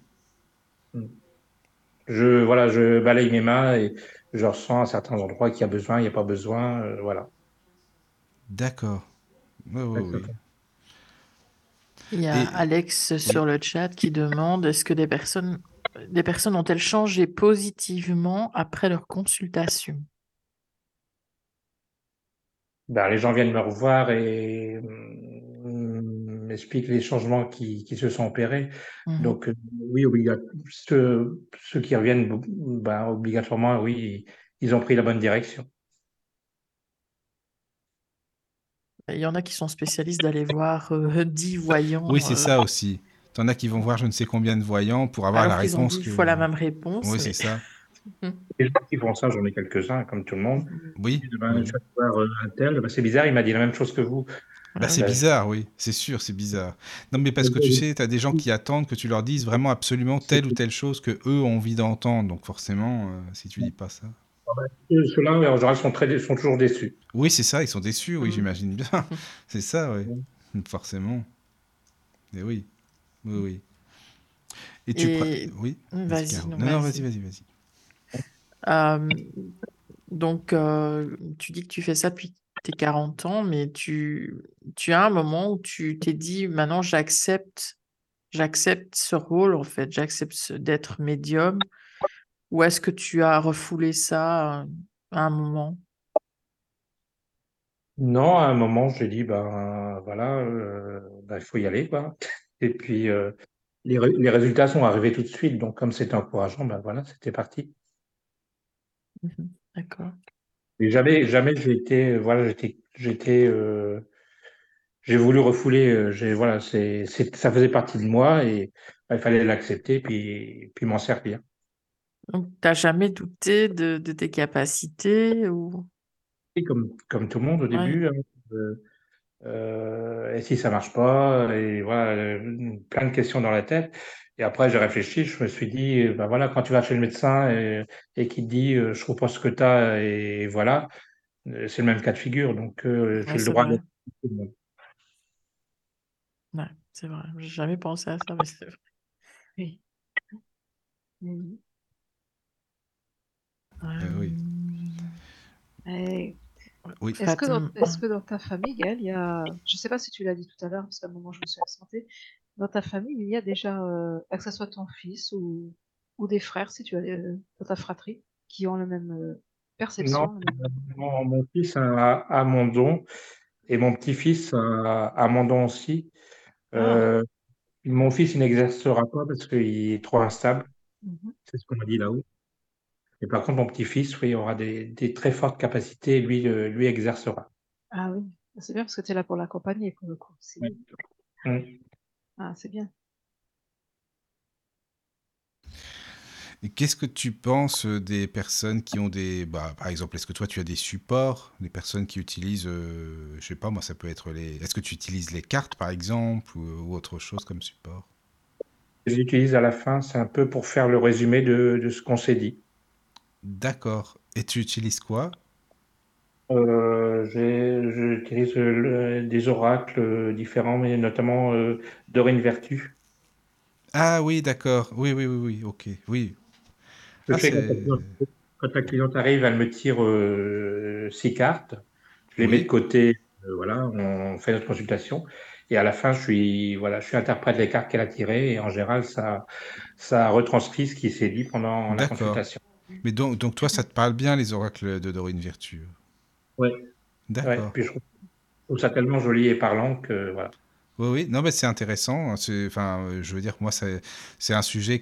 Voilà, je balaye mes mains et je ressens à certains endroits qu'il y a besoin, il n'y a pas besoin, voilà. d'accord. Oui, oui, Ouais, ça oui. fait- Il y a Et Alex oui. sur le chat qui demande est-ce que des personnes ont-elles changé positivement après leur consultation? Ben, les gens viennent me revoir et m'expliquent les changements qui se sont opérés. Mhm. Donc, oui, ceux qui reviennent, ben, obligatoirement, oui, ils ont pris la bonne direction. Il y en a qui sont spécialistes d'aller voir 10 Oui, voyants c'est ça aussi. T'en as qui vont voir je ne sais combien de voyants pour avoir la alors qu'ils ont réponse 10 fois que... la même réponse, Oui, c'est mais ça. Les gens qui font ça, j'en ai quelques-uns, comme tout le monde. Oui, Ils disent, ben, oui, je oui. vais voir un tel, ben, c'est bizarre, il m'a dit la même chose que vous. Bah, ah c'est oui. Ben, bizarre, oui. C'est sûr, c'est bizarre. Non, mais parce que tu sais, t'as des gens qui attendent que tu leur dises vraiment absolument telle ou telle chose que eux ont envie d'entendre. Donc forcément, si tu dis pas ça... Ceux-là, en général, sont toujours déçus. Oui, c'est ça, ils sont déçus, oui, Mhm. j'imagine bien. C'est ça, oui. Forcément. Et oui, oui, oui. Et Et Oui, vas-y, vas-y, Caro. non, Non, non, vas-y, vas-y. vas-y, vas-y. Euh, donc, tu dis que tu fais ça depuis tes 40 ans, mais tu as un moment où tu t'es dit, maintenant j'accepte ce rôle, en fait, d'être médium, ou est-ce que tu as refoulé ça à un moment? Non, à un moment, j'ai dit, ben voilà, ben, il faut y aller, quoi. Et puis, les résultats sont arrivés tout de suite. Donc, comme c'était encourageant, ben voilà, c'était parti. Mhm. D'accord. Et jamais voilà, j'ai voulu refouler, voilà, ça faisait partie de moi et ben, il fallait l'accepter puis m'en servir. Donc, t'as jamais douté de tes capacités ou... Et comme tout le monde au Ouais, début, hein, et si ça marche pas, et voilà, plein de questions dans la tête. Et après, j'ai réfléchi, je me suis dit, ben voilà, quand tu vas chez le médecin et qu'il te dit, je trouve pas ce que tu as, et voilà, c'est le même cas de figure, donc ouais, j'ai le c'est droit vrai. d'être. Ouais, c'est vrai. J'ai jamais pensé à ça, mais c'est vrai. Oui. Mhm. Oui, Et oui. est-ce que dans ta famille, Gaëlle, je sais pas si tu l'as dit tout à l'heure, parce qu'à un moment je me suis absentée, dans ta famille, il y a déjà, que ce soit ton fils ou des frères, si tu as, dans ta fratrie, qui ont la même Non, perception, mon fils a mon don et mon petit-fils a mon don aussi. Ah, Euh, Mon fils, il n'exercera pas parce qu'il est trop instable, mhm. c'est ce qu'on m'a dit là-haut. Et par contre, mon petit-fils, oui, aura des très fortes capacités, lui exercera. Ah oui, c'est bien parce que tu es là pour l'accompagner, pour le coup. Mm. Ah, c'est bien. Et qu'est-ce que tu penses des personnes qui ont des... Bah, par exemple, est-ce que toi, tu as des supports, des personnes qui utilisent, je sais pas, moi, ça peut être les... Est-ce que tu utilises les cartes, par exemple, ou autre chose comme support? J'utilise à la fin, c'est un peu pour faire le résumé de ce qu'on s'est dit. D'accord. Et tu utilises quoi? J'utilise des oracles différents, mais notamment Dorine Vertu. Ah oui, d'accord. Oui, oui, oui, oui, ok. Oui. Ce Ah, que je fais c'est... quand la cliente arrive, elle me tire 6 cartes. Je les mets de Oui, côté, voilà, on fait notre consultation. Et à la fin, je suis interprète des cartes qu'elle a tirées. Et en général, ça retranscrit ce qui s'est dit pendant la d'accord. consultation. Mais donc toi, ça te parle bien, les oracles de Dorine Virtue. Ouais, ouais. D'accord. Puis je trouve ça tellement joli et parlant que voilà. Oui, oui, non, mais c'est intéressant. Enfin, je veux dire, moi, c'est un sujet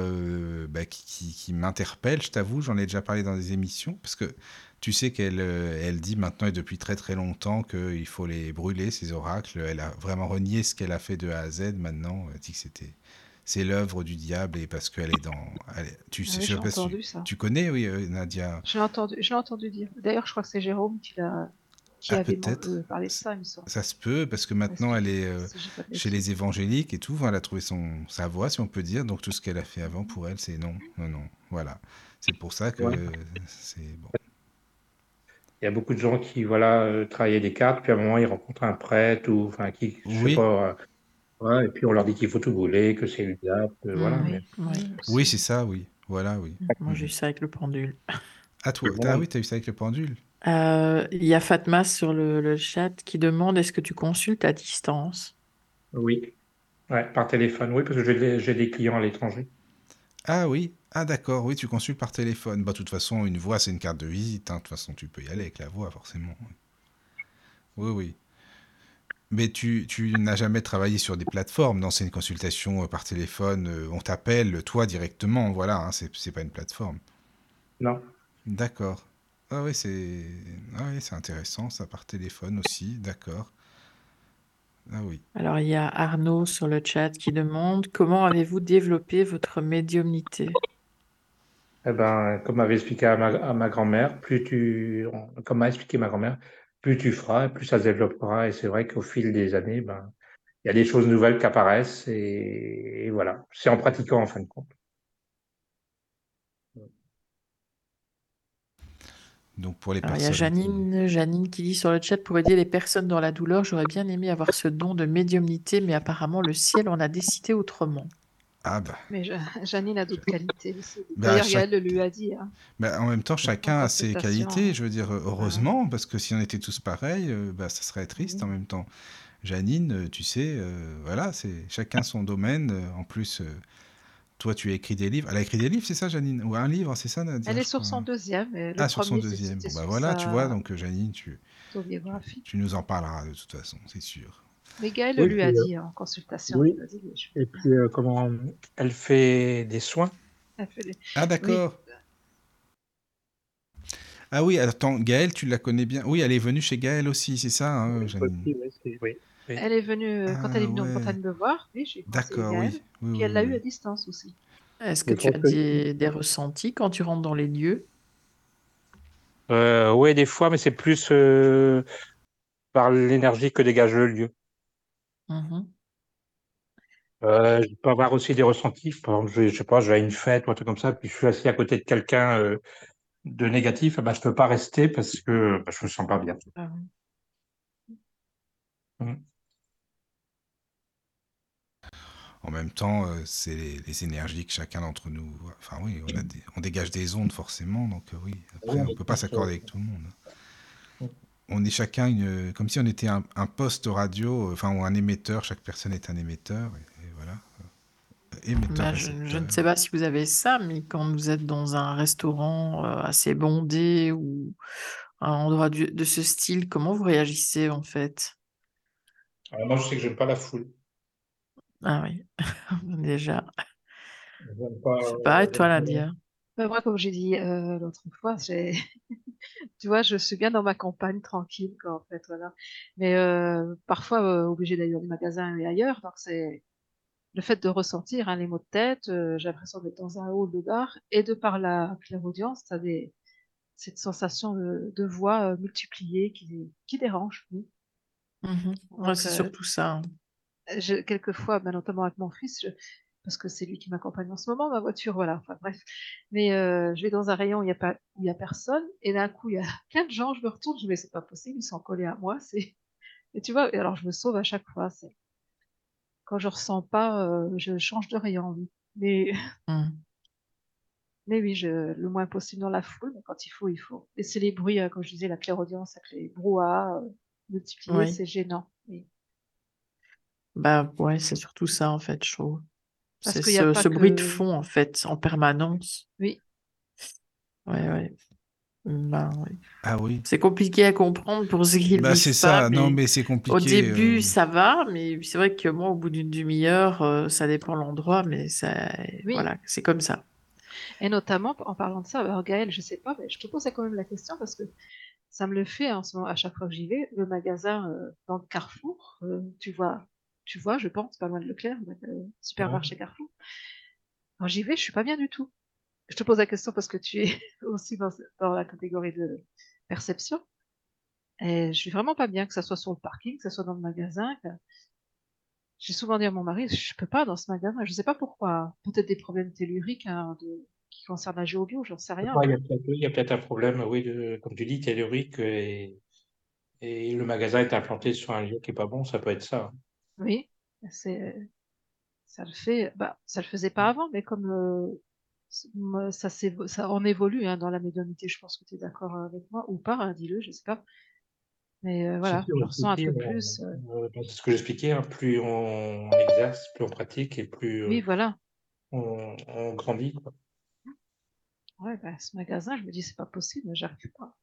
qui m'interpelle, je t'avoue. J'en ai déjà parlé dans des émissions, parce que tu sais elle dit maintenant et depuis très très longtemps qu'il faut les brûler, ces oracles. Elle a vraiment renié ce qu'elle a fait de A à Z maintenant. Elle dit que c'est l'œuvre du diable et parce qu'elle est tu Ah sais, oui, je sais j'ai pas si entendu ça. tu connais, oui, Nadia. Je l'ai entendu dire. D'ailleurs, je crois que c'est Jérôme qui Ah, avait peut-être. parlé de ça, il me semble. Ça se peut, parce que maintenant Si, elle est si j'ai pas de chez les bêtises. évangéliques et tout. Enfin, elle a trouvé sa voie, si on peut dire. Donc tout ce qu'elle a fait avant, pour elle, c'est non, non, non. Voilà. C'est pour ça Ouais. que c'est bon. Il y a beaucoup de gens qui voilà travaillaient des cartes, puis à un moment ils rencontrent un prêtre ou enfin qui, je sais Oui, pas, voilà, et puis on leur dit qu'il faut tout brûler, que c'est le diable, que voilà. hmm. Mais Oui, Oui. oui, Oui, aussi. c'est ça, oui. Voilà, oui. Moi, j'ai Mhm. eu ça avec le pendule. Ah, tout toi, le ah monde, oui, t'as eu ça avec le pendule. Il y a Fatma sur le chat qui demande est-ce que tu consultes à distance? oui, ouais, par téléphone, oui, parce que j'ai des clients à l'étranger. Ah oui, ah d'accord, oui, tu consultes par téléphone. Bah, de toute façon, une voix, c'est une carte de visite. Hein. De toute façon, tu peux y aller avec la voix, forcément. Oui, oui. Mais tu n'as jamais travaillé sur des plateformes. Non, c'est une consultation par téléphone. On t'appelle, toi, directement. Voilà, hein, c'est pas une plateforme. Non. D'accord. Ah oui, c'est intéressant, ça par téléphone aussi. D'accord. Ah oui. Alors, il y a Arnaud sur le chat qui demande comment avez-vous développé votre médiumnité? Eh ben, comme m'avait expliqué à ma grand-mère, comme m'a expliqué ma grand-mère, plus tu feras, plus ça se développera. Et c'est vrai qu'au fil des années, ben, il y a des choses nouvelles qui apparaissent et voilà. C'est en pratiquant en fin de compte. Donc pour les Alors, il y a personnes qui... Janine qui dit sur le chat pour aider les personnes dans la douleur, j'aurais bien aimé avoir ce don de médiumnité, mais apparemment le ciel en a décidé autrement. Ah bah... Mais Janine a d'autres qualités aussi. bah, D'ailleurs, Gaël le lui a dit hein, bah, en même temps, en chacun a ses qualités. consultation. Je veux dire, Voilà. heureusement, parce que si on était tous pareils, bah, ça serait triste en Mhm. même temps. Janine, tu sais, voilà, c'est chacun son domaine. En plus, toi, tu as écrit des livres. Elle a écrit des livres, c'est ça, Janine? Ou un livre, c'est ça, Nadia, Elle est je sur crois. son deuxième. Et le Ah, sur son premier, deuxième. c'était Bon, bah sur voilà, tu vois, sa donc Janine, autobiographie. tu nous en parleras de toute façon, c'est sûr. Mais Gaël le Oui, lui puis, a dit en consultation. Il oui. lui a dit les choses. Et puis, comment elle fait des soins. Elle fait les- Ah, Oui, d'accord. Ah oui, attends, Gaëlle, tu la connais bien. Oui, elle est venue chez Gaëlle aussi, c'est ça, hein, Janine? Oui, oui, oui. elle est venue quand elle Ah est venue en ouais, Bretagne me voir. Oui, j'ai conseillé d'accord, Gaël. oui. Oui, Puis oui, elle l'a oui, eu à oui. distance aussi. Est-ce que Je tu pense as que des ressentis quand tu rentres dans les lieux? ouais, des fois, mais c'est plus par l'énergie que dégage le lieu. Mhm. Je peux avoir aussi des ressentis. Par exemple, je sais pas, je vais à une fête ou un truc comme ça, puis je suis assis à côté de quelqu'un de négatif, eh ben, je peux pas rester parce que je me sens pas bien. Ah oui. Mm. En même temps, c'est les énergies que chacun d'entre nous. Enfin, oui, on dégage des ondes forcément, donc oui. Oui, Après, on on est peut pas tous, s'accorder avec tout le monde. On est chacun comme si on était un poste radio, enfin, ou un émetteur. Chaque personne est un émetteur, et voilà. Ben, je Émetteur-récepteur. ne sais pas si vous avez ça, mais quand vous êtes dans un restaurant assez bondé ou un endroit de ce style, comment vous réagissez en fait? Alors, moi, je sais que j'aime pas la foule. Ah oui, déjà. J'aime pas, C'est pareil, toi, j'aime pas- Nadia. Ben, moi, comme j'ai dit l'autre fois, tu vois, je suis bien dans ma campagne tranquille, quoi, en fait, voilà. Mais parfois, obligée d'aller dans les magasins et ailleurs, donc c'est le fait de ressentir hein, les maux de tête, j'ai l'impression d'être dans un hall de bar, et de par la clairaudience, tu as cette sensation de voix multipliée qui dérange. Oui. Mhm. Ouais, Donc, c'est surtout ça. Hein. quelquefois, ben, notamment avec mon fils, parce que c'est lui qui m'accompagne en ce moment, ma voiture, voilà, enfin bref. Mais je vais dans un rayon où il y a personne, et d'un coup, il y a plein de gens, je me retourne, je dis, mais c'est pas possible, ils sont collés à moi, et tu vois, et alors je me sauve à chaque fois, quand je ressens pas, je change de rayon, oui. Mais, Hmm. mais oui, le moins possible dans la foule, mais quand il faut, il faut. Et c'est les bruits, comme je disais, la clairaudience avec les brouhahas multipliés, Oui. c'est gênant. Oui. Bah ouais, c'est surtout ça en fait, je trouve. Parce C'est qu'il n'y a pas ce bruit de que... fond en fait, en permanence. Oui, Ouais, ouais. Ben, oui. Ah oui. C'est compliqué à comprendre pour ceux qui le Bah c'est vivent pas, ça. Non, mais mais c'est au compliqué. début ça va, mais c'est vrai que moi au bout d'une demi-heure, ça dépend l'endroit, mais ça, oui. voilà, c'est comme ça. Et notamment, en parlant de ça, alors Gaël, je sais pas, mais je te pose quand même la question parce que ça me le fait en ce moment, à chaque fois que j'y vais, le magasin dans le Carrefour, tu vois, je pense, pas loin de Leclerc, le supermarché Carrefour. Quand j'y vais, je suis pas bien du tout. Je te pose la question parce que tu es aussi dans la catégorie de perception. Et je suis vraiment pas bien, que ça soit sur le parking, que ça soit dans le magasin. J'ai souvent dit à mon mari, je peux pas dans ce magasin. Je sais pas pourquoi. Peut-être des problèmes telluriques hein, qui concernent la géobio, j'en sais rien. Ouais, il y a peut-être un problème, oui, comme tu dis, tellurique, et le magasin est implanté sur un lieu qui est pas bon, ça peut être ça. Oui, c'est, ça le fait. Bah, ça le faisait pas avant, mais comme ça en évolue hein, dans la médiumnité. Je pense que tu es d'accord avec moi ou pas, hein, dis-le, je sais pas. Mais C'est voilà, sûr, je ressens un peu plus. c'est ce que j'expliquais, hein, plus on exerce, plus on pratique et plus Oui, voilà. on grandit, quoi. Ouais, bah, ce magasin, je me dis, c'est pas possible, j'arrive pas.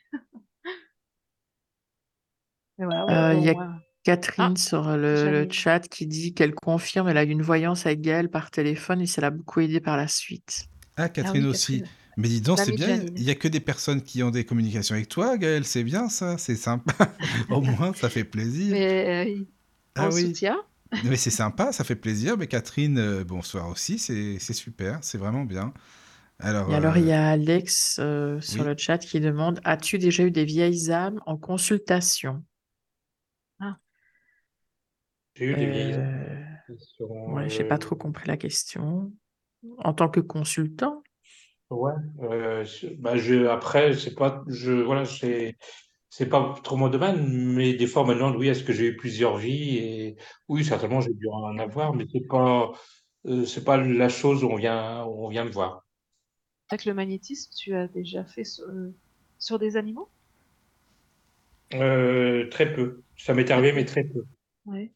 Mais voilà, Il bon, y a moi. Catherine Ah, sur c'est le Janine. chat qui dit qu'elle confirme, elle a eu une voyance avec Gaël par téléphone et ça l'a beaucoup aidé par la suite. Ah, Ah Catherine oui, aussi. Catherine, Mais dis donc, c'est l'amie de bien. Il Janine. y a que des personnes qui ont des communications avec toi, Gaël. C'est bien ça. C'est sympa. Au moins, ça fait plaisir. Mais Ah en oui. soutien. Mais c'est sympa, ça fait plaisir. Mais Catherine, bonsoir aussi. C'est super. C'est vraiment bien. Alors, Et alors, il y a Alex sur oui. le chat qui demande, as-tu déjà eu des vieilles âmes en consultation? Ah, J'ai eu des vieilles Euh, qui sont, ouais, j'ai pas trop compris la question. En tant que consultant? ouais, après, c'est pas, voilà, c'est pas trop mon domaine, mais des fois maintenant, oui, est-ce que j'ai eu plusieurs vies et oui, certainement, j'ai dû en avoir, mais c'est pas la chose où on vient me voir. avec le magnétisme, tu as déjà fait sur des animaux? Très peu. Ça m'est Très arrivé, mais peu. très peu. Ouais.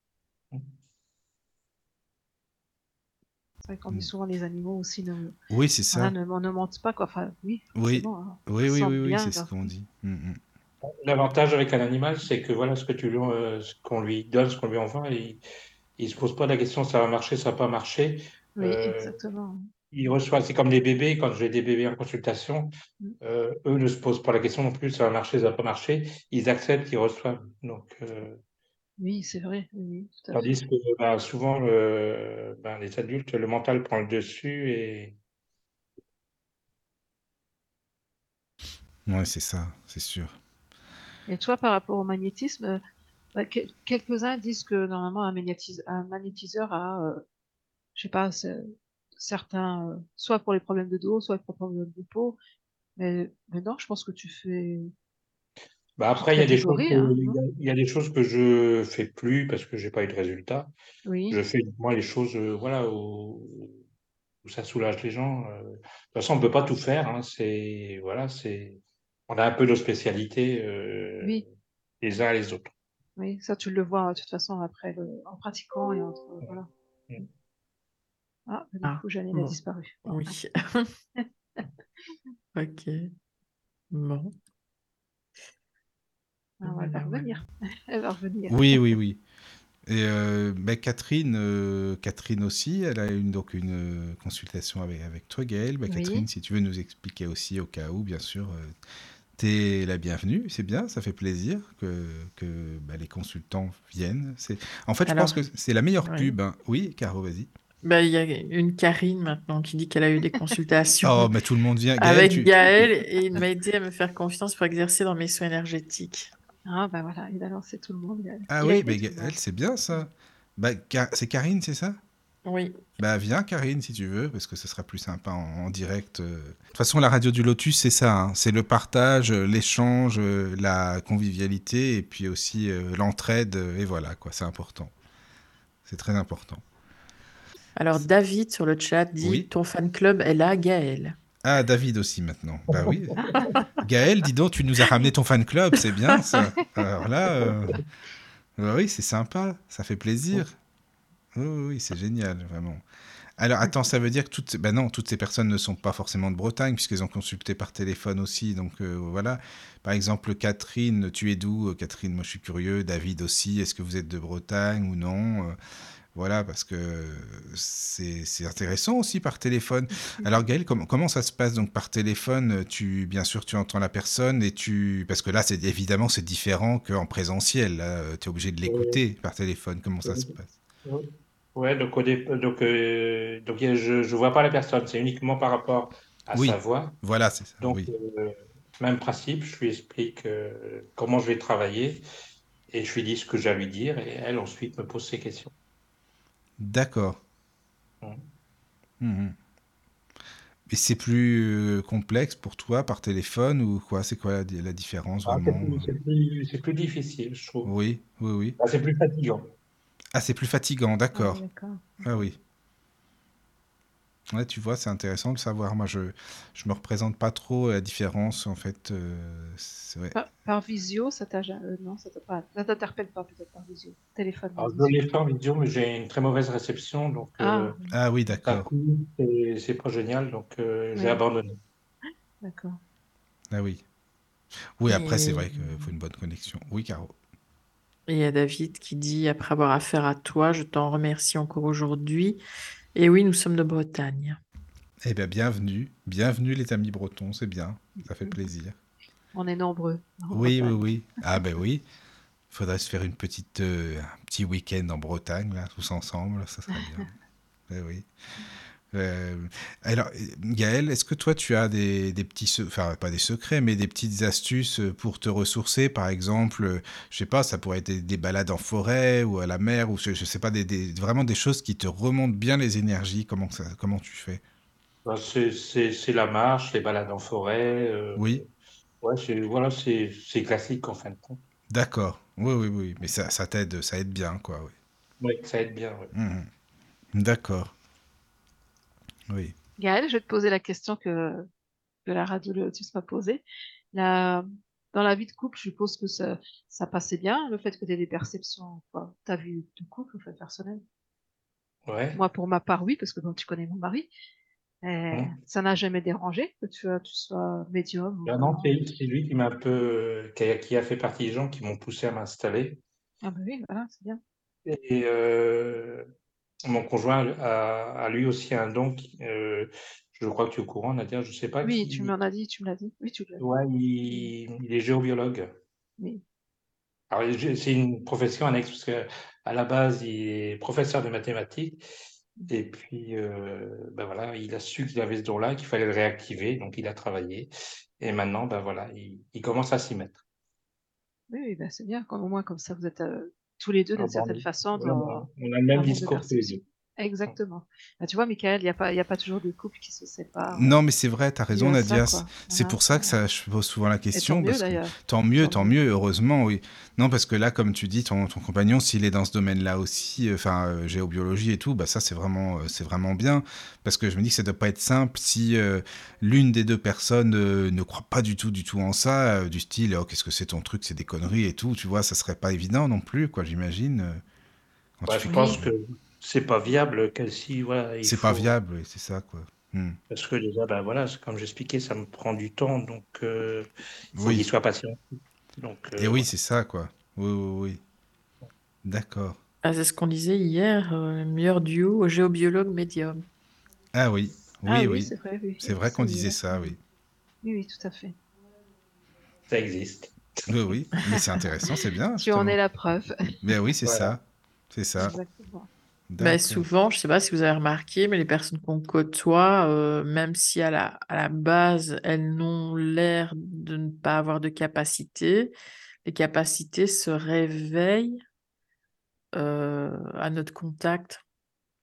C'est vrai qu'on dit souvent les animaux aussi Oui, c'est voilà, ça. ne mentent pas, quoi. Enfin, oui, Oui. forcément, hein. Ils Oui, oui, oui, ressentent oui, bien c'est ce leur qu'on vie. dit. Mm. L'avantage avec un animal, c'est que voilà, ce qu'on lui donne, ce qu'on lui envoie, il se pose pas la question ça va marcher, ça va pas marcher. Oui, Euh, exactement. il reçoit, c'est comme les bébés, quand j'ai des bébés en consultation, Mm. eux ne se posent pas la question non plus, ça va marcher, ça va pas marcher. Ils acceptent, ils reçoivent. Donc, Oui, c'est vrai. Oui, oui, tout à fait. tandis que bah, souvent, les adultes, le mental prend le dessus et Ouais, c'est ça, c'est sûr. Et toi, par rapport au magnétisme, bah, quelques-uns disent que normalement un magnétiseur a, je sais pas, certains, soit pour les problèmes de dos, soit pour les problèmes de peau. Mais non, je pense que tu fais bah, toute après, catégorie, hein, non? il y a des choses que je fais plus parce que j'ai pas eu de résultat. Je Oui, fais moi les choses, voilà, où ça soulage les gens. De toute façon, on peut pas tout faire. Hein, voilà, on a un peu nos spécialités oui, les uns les autres. oui. Ça, tu le vois de toute façon après en pratiquant et entre, voilà. Mm. Ah, bah, du Ah, coup, Janine a bon, disparu. Bon. oui. Ok, bon, Ah, ouais, elle va voilà, voilà. revenir. Elle va revenir. Oui, oui, oui. Et Catherine, Catherine aussi, elle a donc une consultation avec toi, Gaël. Catherine, Oui, si tu veux nous expliquer aussi au cas où, bien sûr, t'es la bienvenue. C'est bien, ça fait plaisir que les consultants viennent. En fait, je pense Alors, que c'est la meilleure oui. pub. Hein. Oui, Caro, vas-y. Bah, il y a une Karine maintenant qui dit qu'elle a eu des Oh, consultations mais tout le monde vient. Gaël, avec Gaël et il m'a aidé à me faire confiance pour exercer dans mes soins énergétiques. ah, bah voilà, il a lancé tout le monde. Ah Il a oui, aidé mais tout le Gaël, monde. c'est bien ça. C'est Karine, c'est ça? Oui. Bah viens Karine si tu veux, parce que ce sera plus sympa en direct. De toute façon, la radio du Lotus, c'est ça, hein. C'est le partage, l'échange, la convivialité, et puis aussi l'entraide, et voilà, quoi, c'est important. C'est très important. Alors, David sur le chat dit Oui. ton fan club est là, Gaël. Ah, David aussi maintenant. Bah oui. Gaël, dis donc, tu nous as ramené ton fan club, c'est bien ça. Alors là, bah oui, c'est sympa, ça fait plaisir. Oui, oui, oui, c'est génial, vraiment. Alors, attends, ça veut dire que bah non, toutes ces personnes ne sont pas forcément de Bretagne, puisqu'elles ont consulté par téléphone aussi. Donc, voilà. Par exemple, Catherine, tu es d'où? Catherine, moi, je suis curieux. David aussi, est-ce que vous êtes de Bretagne ou non? Voilà, parce que c'est intéressant aussi par téléphone. Alors, Gaël, comment ça se passe donc par téléphone? Bien sûr, tu entends la personne parce que là, évidemment, c'est différent qu'en présentiel. Tu es obligé de Oui, l'écouter par téléphone. Comment ça se oui. passe? Ouais, donc je vois pas la personne, c'est uniquement par rapport à sa Oui, voix. voilà, c'est ça. Donc, Oui. même principe, je lui explique comment je vais travailler et je lui dis ce que j'ai à lui dire et elle ensuite me pose ses questions. D'accord. Mm. Mhm. Et c'est plus complexe pour toi par téléphone ou quoi? C'est quoi la différence Ah, vraiment? c'est plus difficile, je trouve. Oui, oui, oui. Ah, c'est plus fatigant. Ah, c'est plus fatigant, Ah oui, d'accord. d'accord. Ah oui. Ouais, tu vois, c'est intéressant de savoir. Moi, je me représente pas trop la différence, en fait. Ouais. Par visio, non, ça t'interpelle pas peut-être par visio. Téléphone par Alors, je visio. l'ai fait en vidéo, mais j'ai une très mauvaise réception, donc Ah, oui, Ah oui, ça d'accord. coupe et c'est pas génial, donc j'ai oui, abandonné. d'accord. Ah oui. Oui, après, c'est Et vrai qu'il faut une bonne connexion. Oui, Caro. et il y a David qui dit après avoir affaire à toi, je t'en remercie encore aujourd'hui. Et oui, nous sommes de Bretagne. Eh bien, bienvenue. Bienvenue, les amis bretons, c'est bien. Ça fait plaisir. On est nombreux en Oui, oui, Bretagne. oui. Ah ben oui. Il faudrait se faire un petit week-end en Bretagne, là, tous ensemble. Ça serait bien. Eh oui. Euh, alors, Gaël, est-ce que toi, tu as des petits, enfin, pas des secrets, mais des petites astuces pour te ressourcer, par exemple, je sais pas, ça pourrait être des balades en forêt ou à la mer, ou je sais pas, vraiment des choses qui te remontent bien les énergies. Comment tu fais? Ben, c'est la marche, les balades en forêt. Oui, Ouais, voilà, c'est classique en fin de compte. d'accord. Oui, oui, oui. Mais ça aide bien, quoi. Oui. Oui, ça aide bien. Ouais. Mhm. D'accord. Oui. Gaëlle, je vais te poser la question que la radio Lotus m'a posée. La- Dans la vie de couple, je suppose que ça passait bien, le fait que tu aies des perceptions, quoi. Ta vie de couple, en fait, personnelle. Ouais. Moi, pour ma part, oui, parce que bon, tu connais mon mari. Hum. Ça n'a jamais dérangé que tu sois médium ou Ben non, voyant. c'est lui qui m'a un peu, qui a fait partie des gens qui m'ont poussé à m'installer. Ah bah oui, voilà, c'est bien. Et mon conjoint a lui aussi un don. Je crois que tu es au courant, Nadia. Je sais pas Oui, tu qui. m'en as dit, tu me l'as dit. Oui, tu l'as dit. Ouais, Oui, il est géobiologue. oui. Alors, c'est une profession annexe parce que à la base, il est professeur de mathématiques. Et puis, ben voilà, il a su qu'il avait ce don-là, qu'il fallait le réactiver, donc il a travaillé. Et maintenant, ben voilà, il commence à s'y mettre. Oui, oui, bah, c'est bien. Au moins, comme ça, vous êtes tous les deux, d'une Ah ben, certaine façon, voilà, on a le dans même un monde de discours tous les perception. deux. Exactement. Bah, tu vois, Michael, il y a pas toujours des couples qui se séparent Non, mais c'est vrai, t'as dû raison, à ça, Nadia. quoi. C'est Voilà. pour ça que je pose souvent la Et tant question, mieux, parce que d'ailleurs. Tant tant mieux. mieux, heureusement, oui. Non, parce que là, comme tu dis, ton compagnon, s'il est dans ce domaine-là aussi, enfin, géobiologie et tout, bah ça, c'est vraiment bien. Parce que je me dis que ça doit pas être simple si l'une des deux personnes ne croit pas du tout en ça, du style, oh, qu'est-ce que c'est ton truc, c'est des conneries et tout, tu vois, ça serait pas évident non plus, quoi, j'imagine. Quand tu Bah, fais je quelque pense Oui, chose. que c'est pas viable que si, voilà, il C'est pas faut. viable, oui, c'est ça, quoi. Hmm. Parce que déjà, ben voilà, comme j'expliquais, ça me prend du temps, donc il faut qu'il Oui, soit patient. Donc et oui, voilà. c'est ça, quoi. Oui, oui, oui. D'accord. Ah, c'est ce qu'on disait hier, le meilleur duo géobiologue médium. Ah oui, ah oui, oui, oui. c'est vrai, oui, C'est oui, vrai ça qu'on y disait est. ça, oui. Oui, oui, tout à fait. Ça existe. Oui, oui. Mais c'est intéressant, c'est bien, Tu en es justement. la preuve. Mais oui, c'est Voilà. ça. C'est ça. Exactement. Ben, D'accord. souvent, je sais pas si vous avez remarqué, mais les personnes qu'on côtoie, même si à la base, elles n'ont l'air de ne pas avoir de capacité, les capacités se réveillent à notre contact.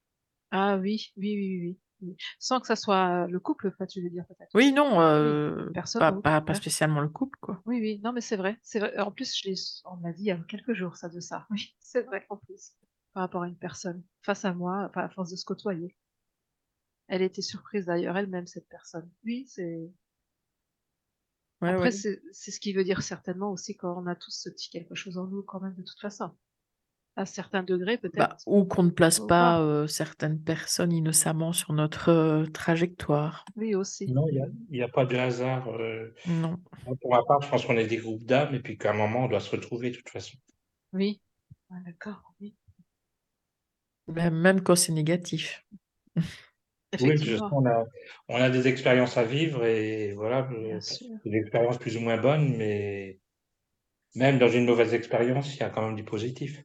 Ah oui, oui, oui, oui, oui. Sans que ça soit le couple, enfin, tu veux dire peut-être Oui, aussi. non, Oui, personne autre. pas Ouais. spécialement le couple, quoi. Oui, oui, non, mais c'est vrai. C'est vrai. En plus, on m'a dit il y a quelques jours ça de ça. Oui, c'est vrai en plus. Par rapport à une personne face à moi, enfin, à force de se côtoyer. Elle était surprise d'ailleurs elle-même, cette personne. Oui, c'est. Ouais, Après, ouais. c'est ce qui veut dire certainement aussi qu'on a tous ce petit quelque chose en nous quand même de toute façon. À certains degrés Bah, peut-être, ou qu'on ne place ou pas. pas certaines personnes innocemment sur notre trajectoire. Oui aussi. Non, il y a pas de hasard. Non. Moi, pour ma part, je pense qu'on est des groupes d'âmes et puis qu'à un moment, on doit se retrouver de toute façon. Oui. Ah, d'accord, oui. Même quand c'est négatif. Oui, de toute façon, Effectivement, on a des expériences à vivre et voilà, bien sûr. des expériences plus ou moins bonnes, mais même dans une mauvaise expérience, il y a quand même du positif.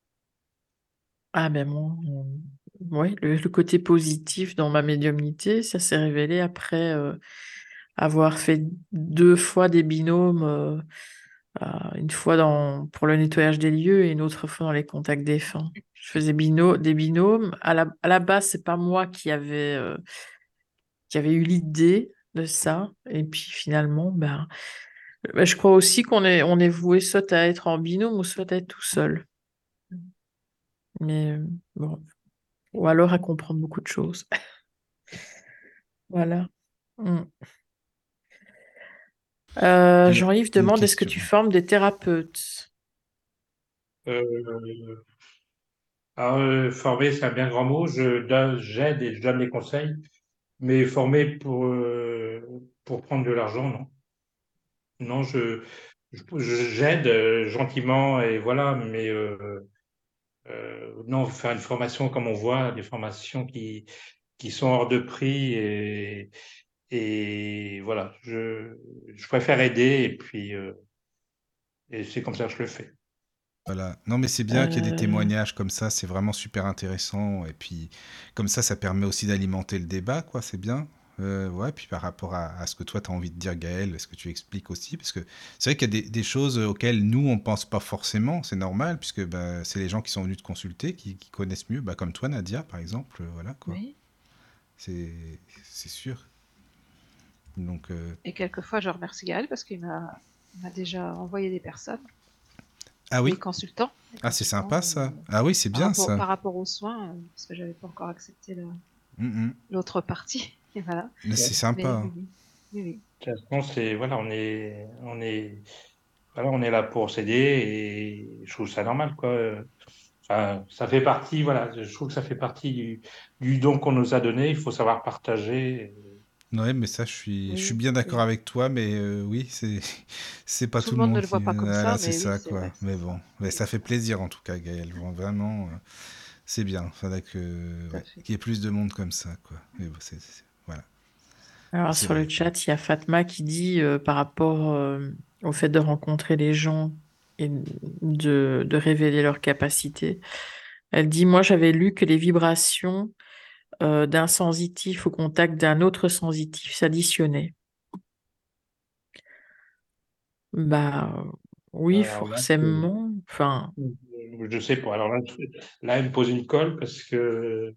Ah ben moi, ouais, le côté positif dans ma médiumnité, ça s'est révélé après avoir fait 2 fois des binômes, une fois pour le nettoyage des lieux et une autre fois dans les contacts défunts. Je faisais des binômes. À la base, c'est pas moi qui avait eu l'idée de ça. Et puis finalement, je crois aussi on est voué soit à être en binôme ou soit à être tout seul. Mais bon, ou alors à comprendre beaucoup de choses. Voilà. Mm. Alors, Jean-Yves une demande, est-ce que question. tu formes des thérapeutes? Euh, Former, c'est un bien grand mot. J'aide et je donne des conseils, mais former pour prendre de l'argent, non. Non, j'aide gentiment et voilà, mais non, faire une formation comme on voit, des formations qui sont hors de prix et voilà, je préfère aider et c'est comme ça que je le fais. Voilà. Non, mais c'est bien qu'il y ait des Euh, témoignages comme ça, c'est vraiment super intéressant. Et puis, comme ça permet aussi d'alimenter le débat, quoi, c'est bien. Ouais, puis par rapport à ce que toi, tu as envie de dire, Gaël, est-ce que tu expliques aussi? Parce que c'est vrai qu'il y a des choses auxquelles nous, on pense pas forcément, c'est normal, puisque bah, c'est les gens qui sont venus te consulter, qui connaissent mieux, bah, comme toi, Nadia, par exemple, voilà, quoi. Oui. C'est c'est sûr. Donc, Et quelquefois, je remercie Gaël parce il m'a déjà envoyé des personnes, ah oui? des Ah, c'est sympa, consultants ça. Ah oui, c'est bien, ça. par rapport aux soins, parce que j'avais pas encore accepté Mm, l'autre partie. Et voilà. mm. C'est Mais sympa, oui, hein. oui, oui, oui. De toute façon, voilà, voilà, on est là pour s'aider et je trouve ça normal, quoi. Enfin, ça fait partie, voilà, je trouve que ça fait partie du don qu'on nous a donné. Il faut savoir partager. Ouais, mais ça, je suis Oui, bien d'accord oui. avec toi, mais oui, c'est pas Tout tout le le monde ne monde le qui. voit pas comme Voilà, ça, c'est mais oui, ça, c'est vrai quoi. que Mais c'est ça. bon, mais Oui, ça fait plaisir en tout cas, Gaël. Vraiment, c'est bien. Faudrait tout à ouais, fait. qu'il y ait plus de monde comme ça, quoi. Mais bon, voilà, alors c'est sur le vrai, quoi. chat, il y a Fatma qui dit par rapport au fait de rencontrer les gens et de révéler leurs capacités. Elle dit, moi j'avais lu que les vibrations d'un sensitif au contact d'un autre sensitif s'additionnaient. Bah oui, Alors là, forcément. Enfin, je sais pas. Alors là, elle me pose une colle parce que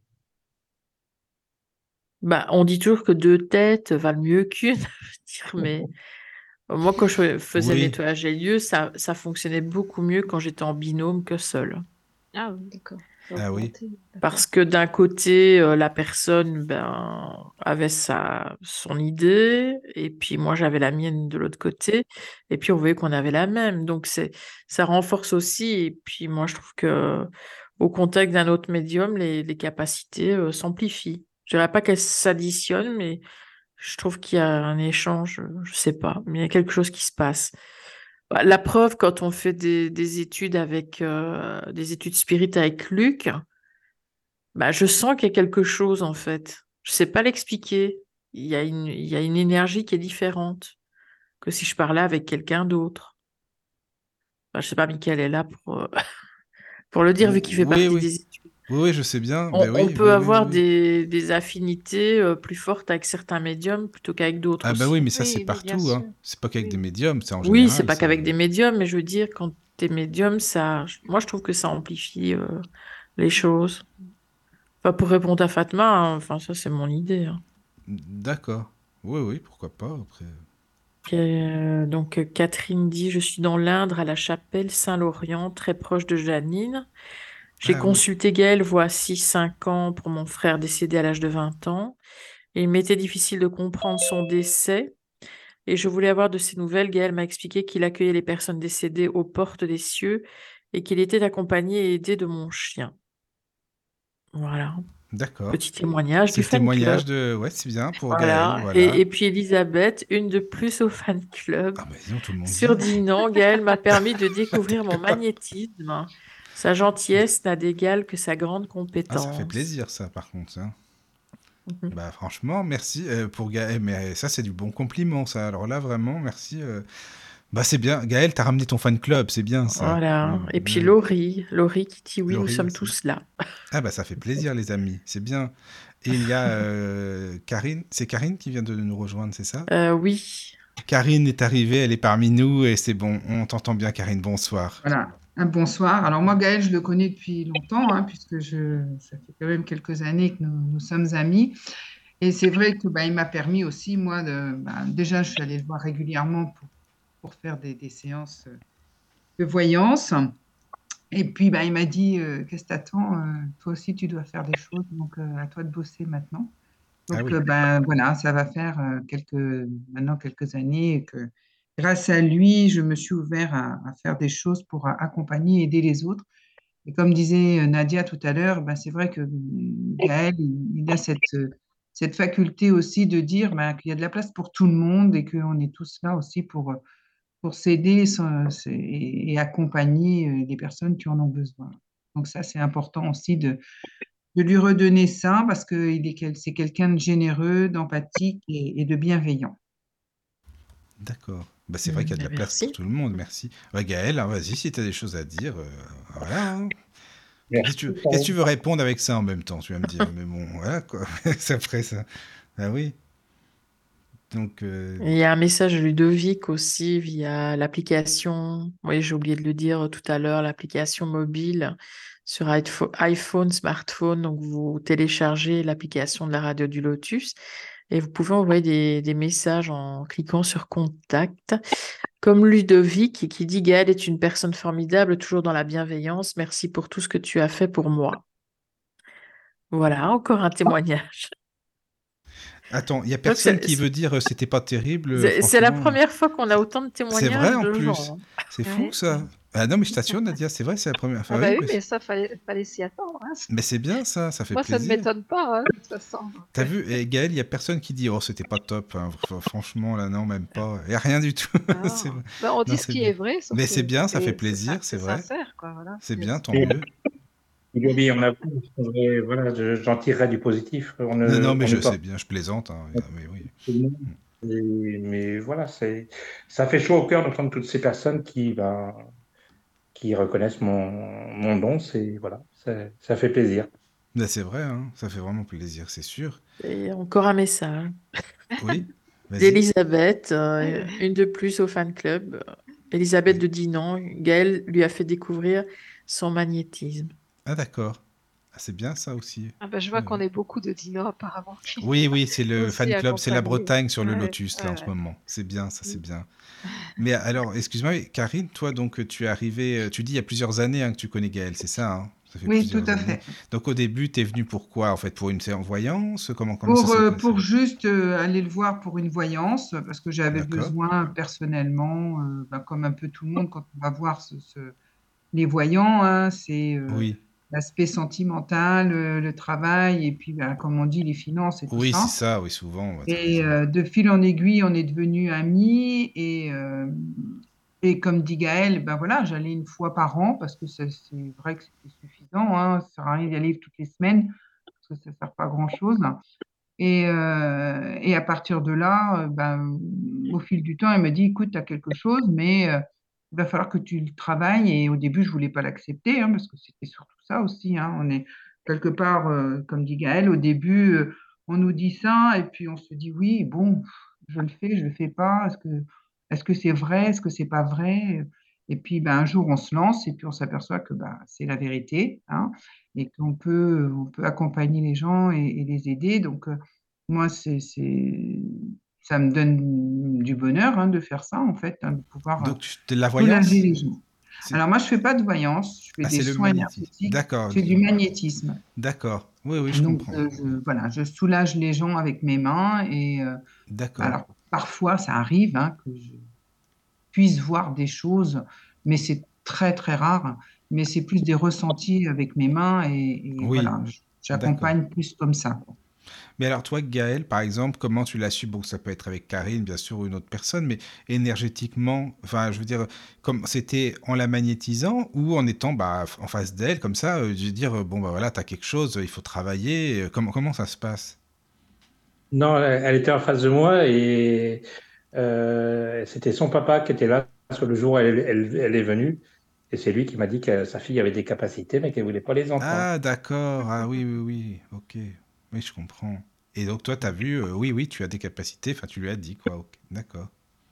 bah on dit toujours que 2 têtes valent mieux qu'une, je veux dire, mais moi quand je faisais le Oui, nettoyage des lieux, ça fonctionnait beaucoup mieux quand j'étais en binôme que seul. Ah oui, d'accord. Ça a ah oui. augmenté, d'accord. Parce que d'un côté, la personne avait son idée, et puis moi j'avais la mienne de l'autre côté, et puis on voyait qu'on avait la même. Donc ça renforce aussi, et puis moi je trouve que au contact d'un autre médium, les capacités s'amplifient. Je dirais pas qu'elles s'additionnent, mais je trouve qu'il y a un échange, je sais pas, mais il y a quelque chose qui se passe. Bah, la preuve, quand on fait des études avec des études spirites avec Luc, bah, je sens qu'il y a quelque chose en fait. Je sais pas l'expliquer. Il y a une énergie qui est différente que si je parlais avec quelqu'un d'autre. Enfin, je sais pas, Mickaël est là pour le dire vu qu'il fait Oui, partie oui. des études. Oui, oui, je sais bien. Ben On oui, peut oui, oui, avoir oui. des affinités plus fortes avec certains médiums plutôt qu'avec d'autres Ah bah oui, aussi. mais ça, c'est Oui, mais bien partout, hein. sûr. C'est pas qu'avec des Oui, médiums, c'est en Oui, c'est général, pas ça. qu'avec des médiums, mais je veux dire, quand t'es médium, moi je trouve que ça amplifie les choses. Enfin, pour répondre à Fatma, hein, enfin, ça, c'est mon idée, hein. D'accord. Oui, oui, pourquoi pas, après. Donc, Catherine dit, je suis dans l'Indre, à la chapelle Saint-Laurent, très proche de Janine. J'ai Ah oui, consulté Gaël voici 5 ans pour mon frère décédé à l'âge de 20 ans. Et il m'était difficile de comprendre son décès. Et je voulais avoir de ses nouvelles. Gaël m'a expliqué qu'il accueillait les personnes décédées aux portes des cieux et qu'il était accompagné et aidé de mon chien. Voilà. d'accord. Petit témoignage C'est du le fan témoignage club. de... Ouais, c'est bien, pour Gaël, Voilà. voilà. Et puis Elisabeth, une de plus au fan club. Ah, mais sinon, tout le monde Sur vient. 10 ans, Gaël m'a permis de découvrir mon D'accord. magnétisme. Sa gentillesse n'a d'égal que sa grande Ah, ça fait compétence. plaisir, ça, par contre, hein. Mhm. Bah, franchement, merci pour Gaël. Mais ça, c'est du bon compliment, ça. Alors là, vraiment, merci. Bah, c'est bien. Gaël, t'as ramené ton fan club, c'est bien, ça. Voilà. Et puis Laurie qui dit oui, nous Laurie sommes aussi. tous là. Ah, bah, ça fait plaisir, les amis. C'est bien. Et il y a Karine. C'est Karine qui vient de nous rejoindre, c'est ça? Oui. Karine est arrivée, elle est parmi nous et c'est bon. On t'entend bien, Karine. Bonsoir. Voilà, un bonsoir. Alors moi, Gaël, je le connais depuis longtemps, hein, puisque ça fait quand même quelques années que nous sommes amis. Et c'est vrai que il m'a permis aussi, moi, déjà, je suis allée le voir régulièrement pour faire des séances de voyance. Et puis, il m'a dit, qu'est-ce que t'attends? Toi aussi, tu dois faire des choses, donc à toi de bosser maintenant. Ah Donc, oui, voilà, ça va faire maintenant quelques années que grâce à lui, je me suis ouvert à faire des choses pour accompagner, aider les autres. Et comme disait Nadia tout à l'heure, c'est vrai que Gaël, il a cette faculté aussi de dire qu'il y a de la place pour tout le monde et qu'on est tous là aussi pour s'aider et accompagner les personnes qui en ont besoin. Donc ça, c'est important aussi de lui redonner ça parce que c'est quelqu'un de généreux, d'empathique et de bienveillant. d'accord. Bah, c'est vrai qu'il y a de la place pour Merci. tout le monde, merci. Ouais, Gaël, hein, vas-y, si tu as des choses à dire, voilà, hein. Merci. Qu'est-ce que tu veux répondre avec ça en même temps, tu vas me dire. Mais bon, voilà, quoi. Ça ferait ça. Ah oui. Donc, Il y a un message de Ludovic aussi via l'application. Oui, j'ai oublié de le dire tout à l'heure, l'application mobile sur iPhone, smartphone. Donc, vous téléchargez l'application de la radio du Lotus et vous pouvez envoyer des messages en cliquant sur Contact. Comme Ludovic qui dit Gaëlle est une personne formidable, toujours dans la bienveillance. Merci pour tout ce que tu as fait pour moi. Voilà, encore un témoignage. attends, il y a Donc, personne qui veut dire c'était pas terrible, c'est la franchement. première fois qu'on a autant de C'est vrai témoignages en de plus. gens. C'est fou Ouais, ça. ouais. Ah non, mais je t'assure, Nadia, c'est vrai, c'est la première. Ah Enfin, bah oui, oui, mais ça, fallait s'y attendre, hein. mais c'est bien ça, ça fait Moi, ça ne plaisir. m'étonne pas, hein, de toute façon. Donc, T'as vu, et Gaël, il y a personne qui dit oh c'était pas top, hein. Franchement là non même pas, il y a rien du tout. non. C'est... Bah, on Non dit ce c'est qui bien. est vrai, sauf Mais c'est que bien, ça fait c'est plaisir, c'est vrai, sincère, quoi. Voilà. c'est bien, tant Et mieux. il lui a dit, on a, voilà, j'en tirerai du positif. Non non mais On n'est je sais pas bien, je plaisante, hein, mais oui. tout le monde. Mais voilà, ça fait chaud au cœur d'entendre toutes ces personnes qui reconnaissent mon don. Voilà, ça fait plaisir. Mais c'est vrai, hein, ça fait vraiment plaisir, c'est sûr. Et encore un message Oui, vas-y. d'Elisabeth, Ouais, une de plus au fan club. Elisabeth de Dinan, Gaël lui a fait découvrir son magnétisme. Ah d'accord. Ah, c'est bien ça aussi. ah bah, je vois Ouais, qu'on ouais. est beaucoup de dinos apparemment qui Oui, oui, c'est le aussi fan club, c'est la accompagnés. Bretagne sur le Ouais, Lotus là en ce ouais. moment. C'est bien, ça c'est Mm. bien. Mais alors, excuse-moi, mais Karine, toi, donc, tu es arrivée, tu dis il y a plusieurs années hein, que tu connais Gaël, c'est ça, hein? Ça fait Oui, tout plusieurs à années. fait. Donc, au début, tu es venu pour quoi, en fait? Pour une séance voyance? Comment ça s'est passé? Pour juste aller le voir pour une voyance, parce que j'avais D'accord. besoin personnellement, comme un peu tout le monde, quand on va voir les voyants, hein, c'est Oui, l'aspect sentimental, le travail, et puis, comme on dit, les finances et tout oui, c'est ça. ça, oui, souvent, tu as Et raison. de fil en aiguille, on est devenus amis. Et comme dit Gaël, voilà, j'allais une fois par an parce que c'est vrai que c'était suffisant, hein, ça sert à rien d'y aller toutes les semaines parce que ça ne sert pas à grand-chose. Et à partir de là, au fil du temps, il m'a dit, écoute, tu as quelque chose, mais il va falloir que tu le travailles. Et au début, je ne voulais pas l'accepter, hein, parce que c'était surtout ça aussi, hein. On est quelque part, comme dit Gaël, au début, on nous dit ça, et puis on se dit, oui, bon, je le fais pas. Est-ce que c'est vrai? Est-ce que c'est pas vrai? Et puis, un jour, on se lance, et puis on s'aperçoit que c'est la vérité, hein. et qu'on on peut accompagner les gens et les aider. Donc, moi, ça me donne du bonheur de faire ça, en fait, de pouvoir Donc, de la soulager voyance? les gens. C'est... Alors, moi, je fais pas de voyance, je fais Ah, des c'est le soins magnétisme. énergétiques, D'accord, je fais du magnétisme. d'accord. Oui, oui, je Donc, comprends. voilà, je soulage les gens avec mes mains et D'accord. alors, parfois, ça arrive que je puisse voir des choses, mais c'est très, très rare. Mais c'est plus des ressentis avec mes mains et Oui, voilà, d'accord. j'accompagne plus comme ça, quoi. Mais alors, toi, Gaël, par exemple, comment tu l'as su? Bon, ça peut être avec Karine, bien sûr, ou une autre personne, mais énergétiquement, enfin, je veux dire, comme c'était en la magnétisant ou en étant en face d'elle, comme ça, je veux dire, bon, bah voilà, t'as quelque chose, il faut travailler. Comment ça se passe? Non, elle était en face de moi et c'était son papa qui était là sur le jour où elle est venue. Et c'est lui qui m'a dit que sa fille avait des capacités, mais qu'elle voulait pas les entendre. Ah, d'accord. Ah oui, oui, oui. Ok. Oui, je comprends. Et donc, toi, t'as vu, oui, oui, tu as des capacités, enfin, tu lui as dit, quoi. Ok, d'accord.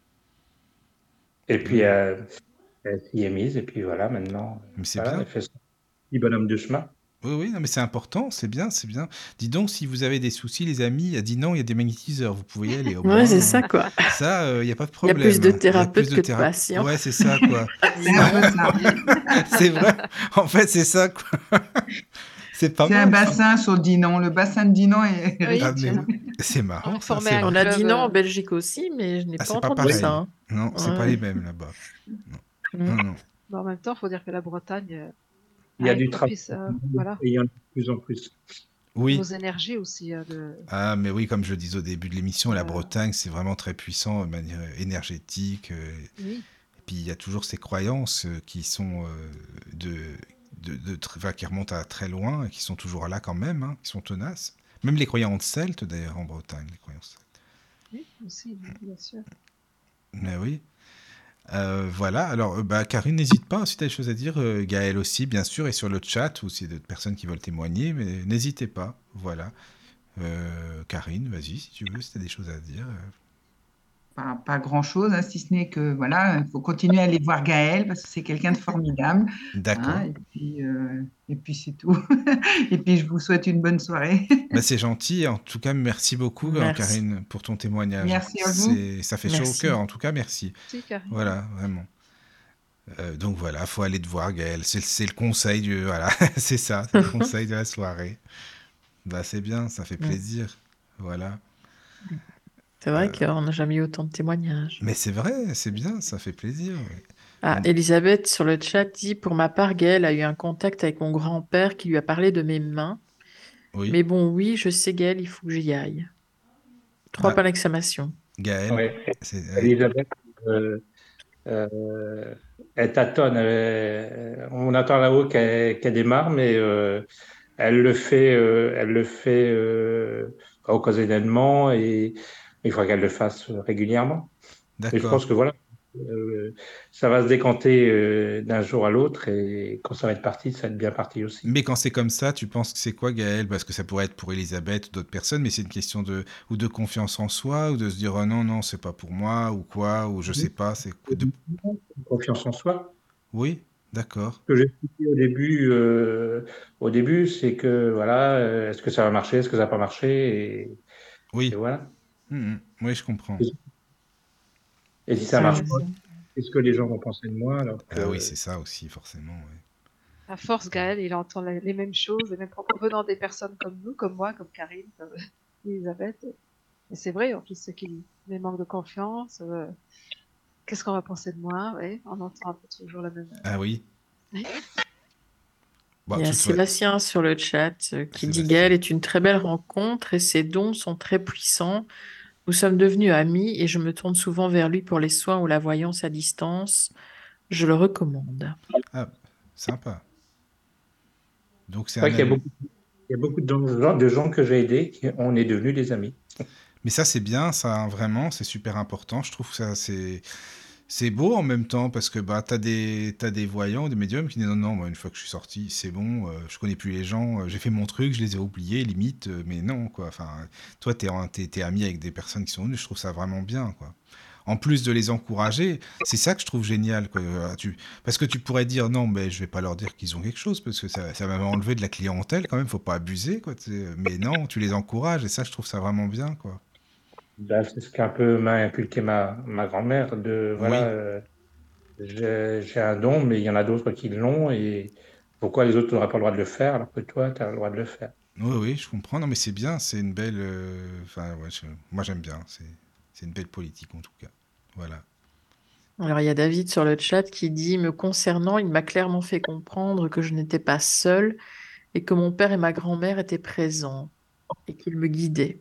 Et Oui, puis, oui. elle s'y est mise, et puis voilà, maintenant, Mais c'est voilà, bien. elle fait son petit bonhomme de chemin. Oui, oui, non, mais c'est important, c'est bien, c'est bien. Dis donc, si vous avez des soucis, les amis, a dit non, il y a des magnétiseurs, vous pouvez y aller, au Ouais, c'est moins. ça, quoi. Ça, il n'y a pas de Il y a plus de problème. Il y a plus thérapeutes de que de thérapeute. patients, Ouais, c'est ça, quoi. C'est un peu ça. C'est vrai. En fait, c'est ça, quoi. C'est pas C'est un mal, ça. bassin sur Dinan. Le bassin de Dinan est Ah, Oui, mais riche. oui. tiens. C'est On marrant, va ça. former C'est un vrai. On a club. dit non en Belgique aussi, mais je n'ai Ah, pas c'est pas entendu Oui, ça, pareil. hein. Non, c'est pas Ouais. les mêmes là-bas. Non, Mm. non, non. Mais en même temps, il faut dire que la Bretagne il y a est du travail, propice, et voilà, il y en a de plus en plus. aux Oui. énergies aussi. Ah, mais oui, comme je le disais au début de l'émission, la Euh, Bretagne, c'est vraiment très puissant de manière énergétique. oui, Et puis il y a toujours ces croyances qui sont enfin, qui remontent à très loin et qui sont toujours là quand même, hein, qui sont tenaces. Même les croyances celtes d'ailleurs en Bretagne, les croyances celtes. oui, aussi, bien sûr. Mais oui. Voilà, alors Karine, n'hésite pas si tu as des choses à dire, Gaël aussi, bien sûr, et sur le chat, ou s'il y a d'autres personnes qui veulent témoigner, mais n'hésitez pas. Voilà. Karine, vas-y, si tu veux, si tu as des choses à dire. Pas grand-chose, si ce n'est que voilà, il faut continuer à aller voir Gaël parce que c'est quelqu'un de formidable. D'accord. Et puis c'est tout. Et puis je vous souhaite une bonne soirée. Bah, c'est gentil. En tout cas, merci beaucoup, Merci. Karine, pour ton témoignage. Merci à vous. Ça fait chaud au Merci. cœur. En tout cas, merci. Si, Karine. Voilà, vraiment. Donc voilà, faut aller te voir, Gaël. C'est le conseil voilà, c'est ça, c'est le conseil de la soirée. Bah, c'est bien, ça fait Mm. plaisir. Voilà. C'est vrai qu'on n'a jamais eu autant de témoignages. Mais c'est vrai, c'est bien, ça fait plaisir. Ouais. Ah, Bon, Elisabeth sur le chat dit, pour ma part, Gaëlle a eu un contact avec mon grand-père qui lui a parlé de mes mains. oui. Mais bon, oui, je sais, Gaëlle, il faut que j'y aille. 3 Ah, points d'exclamation. Gaël, Oui. ouais. Elisabeth, euh, elle tâtonne. On attend là-haut qu'elle démarre, mais elle le fait occasionnellement et il faut qu'elle le fasse régulièrement. Et je D'accord. pense que voilà, euh, ça va se décanter d'un jour à l'autre et quand ça va être parti, ça va être bien parti aussi. Mais quand c'est comme ça, tu penses que c'est quoi, Gaël? Parce que ça pourrait être pour Elisabeth ou d'autres personnes, mais c'est une question de confiance en soi, ou de se dire oh non, non, c'est pas pour moi, ou quoi, ou je sais pas, Confiance en soi. Oui, d'accord. Ce que j'ai expliqué au début, c'est que voilà, est-ce que ça va marcher, est-ce que ça va pas marcher, et Oui. voilà. Oui, je comprends. Et si Oui, ça c'est marche Mm. pas, qu'est-ce que les gens vont penser de moi alors Ah oui, que c'est ça aussi, forcément. Ouais. à force, Gaël, il entend les mêmes choses, les mêmes propos venant des personnes comme nous, comme moi, comme Karine, comme Elisabeth. Et c'est vrai, en plus, c'est qu'il les manque de confiance. Qu'est-ce qu'on va penser de moi? Ouais, on entend un peu toujours la même. Ah oui. Oui. Bon, Il y a tout, ouais. Sébastien sur le chat qui dit Sébastien. Gaëlle est une très belle rencontre et ses dons sont très puissants. Nous sommes devenus amis et je me tourne souvent vers lui pour les soins ou la voyance à distance. Je le recommande. Ah, sympa. Donc c'est c'est vrai un qu'il y a ami. beaucoup de gens que j'ai aidés qui on est devenus des amis. Mais ça, c'est bien, ça, hein, vraiment, c'est super important. Je trouve que ça, c'est beau en même temps, parce que t'as des voyants, des médiums qui disent non, non, moi, une fois que je suis sorti, c'est bon, je connais plus les gens, j'ai fait mon truc, je les ai oubliés, limite, mais non, quoi. Enfin, toi, t'es ami avec des personnes qui sont venues, je trouve ça vraiment bien, quoi. en plus de les encourager, c'est ça que je trouve génial, quoi. Parce que tu pourrais dire non, mais je vais pas leur dire qu'ils ont quelque chose, parce que ça va m'enlever de la clientèle quand même, faut pas abuser, quoi. Mais non, tu les encourages, et ça, je trouve ça vraiment bien, quoi. Bah, c'est ce qu'un peu m'a inculqué ma grand-mère, de voilà, Oui, j'ai un don, mais il y en a d'autres qui l'ont, et pourquoi les autres n'auraient pas le droit de le faire, alors que toi, tu as le droit de le faire. oui, oui, je comprends. Non, mais c'est bien, c'est une belle. Enfin, ouais, moi j'aime bien. C'est une belle politique en tout cas. Voilà. Alors, il y a David sur le chat qui dit, me concernant, il m'a clairement fait comprendre que je n'étais pas seule et que mon père et ma grand-mère étaient présents et qu'ils me guidaient.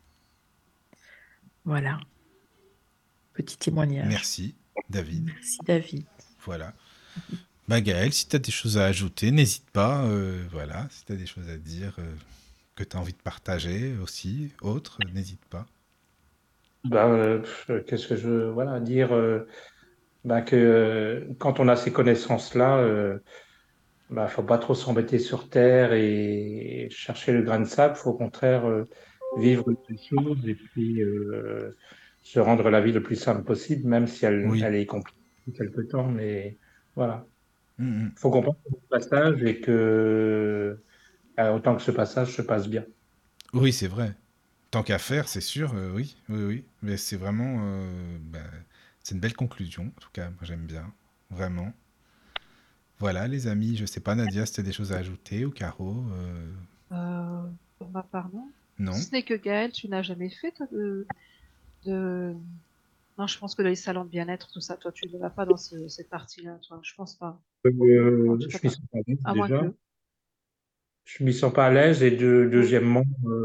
Voilà, petit témoignage. Merci, David. Merci David. Voilà. Bah, Gaël, si tu as des choses à ajouter, n'hésite pas. Voilà, si tu as des choses à dire que tu as envie de partager aussi, autres, n'hésite pas. Bah, qu'est-ce que je veux voilà, dire bah, que quand on a ces connaissances-là, bah, faut pas trop s'embêter sur Terre et chercher le grain de sable. Faut au contraire vivre les choses et puis se rendre la vie le plus simple possible, même si Oui. elle est compliquée quelque temps. Mais voilà, Mhm. faut comprendre ce passage et que autant que ce passage se passe bien. Oui, c'est vrai. Tant qu'à faire, c'est sûr, oui, oui, oui. Mais c'est vraiment. Bah, c'est une belle conclusion, en tout cas, moi j'aime bien. Vraiment. Voilà, les amis, je sais pas, Nadia, si tu as des choses à ajouter, ou Caro, Pour ma part, non. Si non. ce n'est que Gaël, tu n'as jamais fait, toi, de... Non, je pense que les salons de bien-être, tout ça, toi, tu ne vas pas dans cette partie-là, toi. Je pense pas. En tout cas Je m'y pas. sens pas à l'aise À moins déjà. que. Je m'y sens pas à l'aise et Oui, deuxièmement,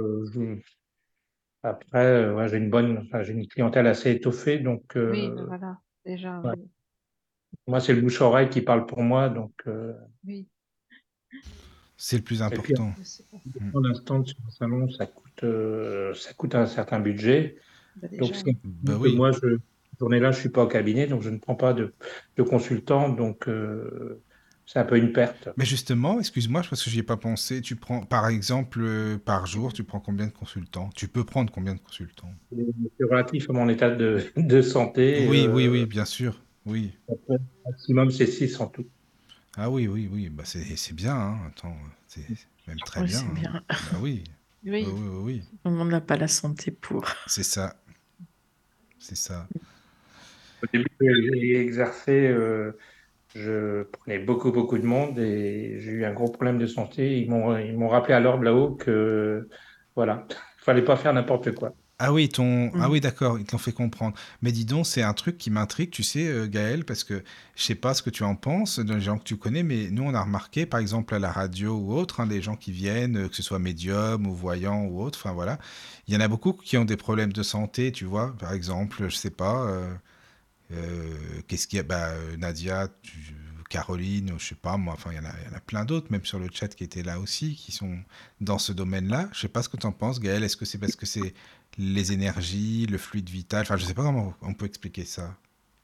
après, ouais, j'ai une clientèle assez étoffée, donc oui, ben voilà. Déjà, ouais. oui. Moi, c'est le bouche-oreille qui parle pour moi, donc Oui, C'est le plus et puis important. je sais pas. Mm. pour l'instant sur un salon, ça coûte un certain budget, Bah, donc déjà, ce qui oui. Bah implique que oui. moi, cette journée-là, je suis pas au cabinet, donc je ne prends pas de consultant, donc c'est un peu une perte. Mais justement, excuse-moi, parce que j'y ai pas pensé, tu prends, par exemple, par jour, tu prends combien de consultants? Tu peux prendre combien de consultants? C'est relatif à mon état de santé. Oui, oui, oui, bien sûr. Oui. Après, maximum, c'est 6 en tout. Ah oui, oui, oui. Bah c'est bien, hein. Attends, c'est même très Oui, bien, c'est hein. bien. Bah oui. Oui, Oui, oui, oui, oui. Tout le monde n'a pas la santé pour. C'est ça. C'est ça. Au début, j'ai exercé, je prenais beaucoup de monde et j'ai eu un gros problème de santé. Ils m'ont rappelé à l'ordre là-haut que, voilà, il fallait pas faire n'importe quoi. Ah Mm. oui, d'accord, ils te l'ont fait comprendre. Mais dis donc, c'est un truc qui m'intrigue, tu sais, Gaël, parce que je sais pas ce que tu en penses, dans les gens que tu connais, mais nous, on a remarqué, par exemple, à la radio ou autre, hein, des gens qui viennent, que ce soit médium ou voyant ou autre, enfin voilà, il y en a beaucoup qui ont des problèmes de santé, tu vois, par exemple, je sais pas, qu'est-ce qu'il y a, bah, Nadia, Caroline, je sais pas, moi, enfin, il y en a plein d'autres, même sur le chat qui étaient là aussi, qui sont dans ce domaine-là. Je sais pas ce que tu en penses, Gaël. Est-ce que c'est parce que c'est les énergies, le fluide vital? Enfin, je sais pas comment on peut expliquer ça.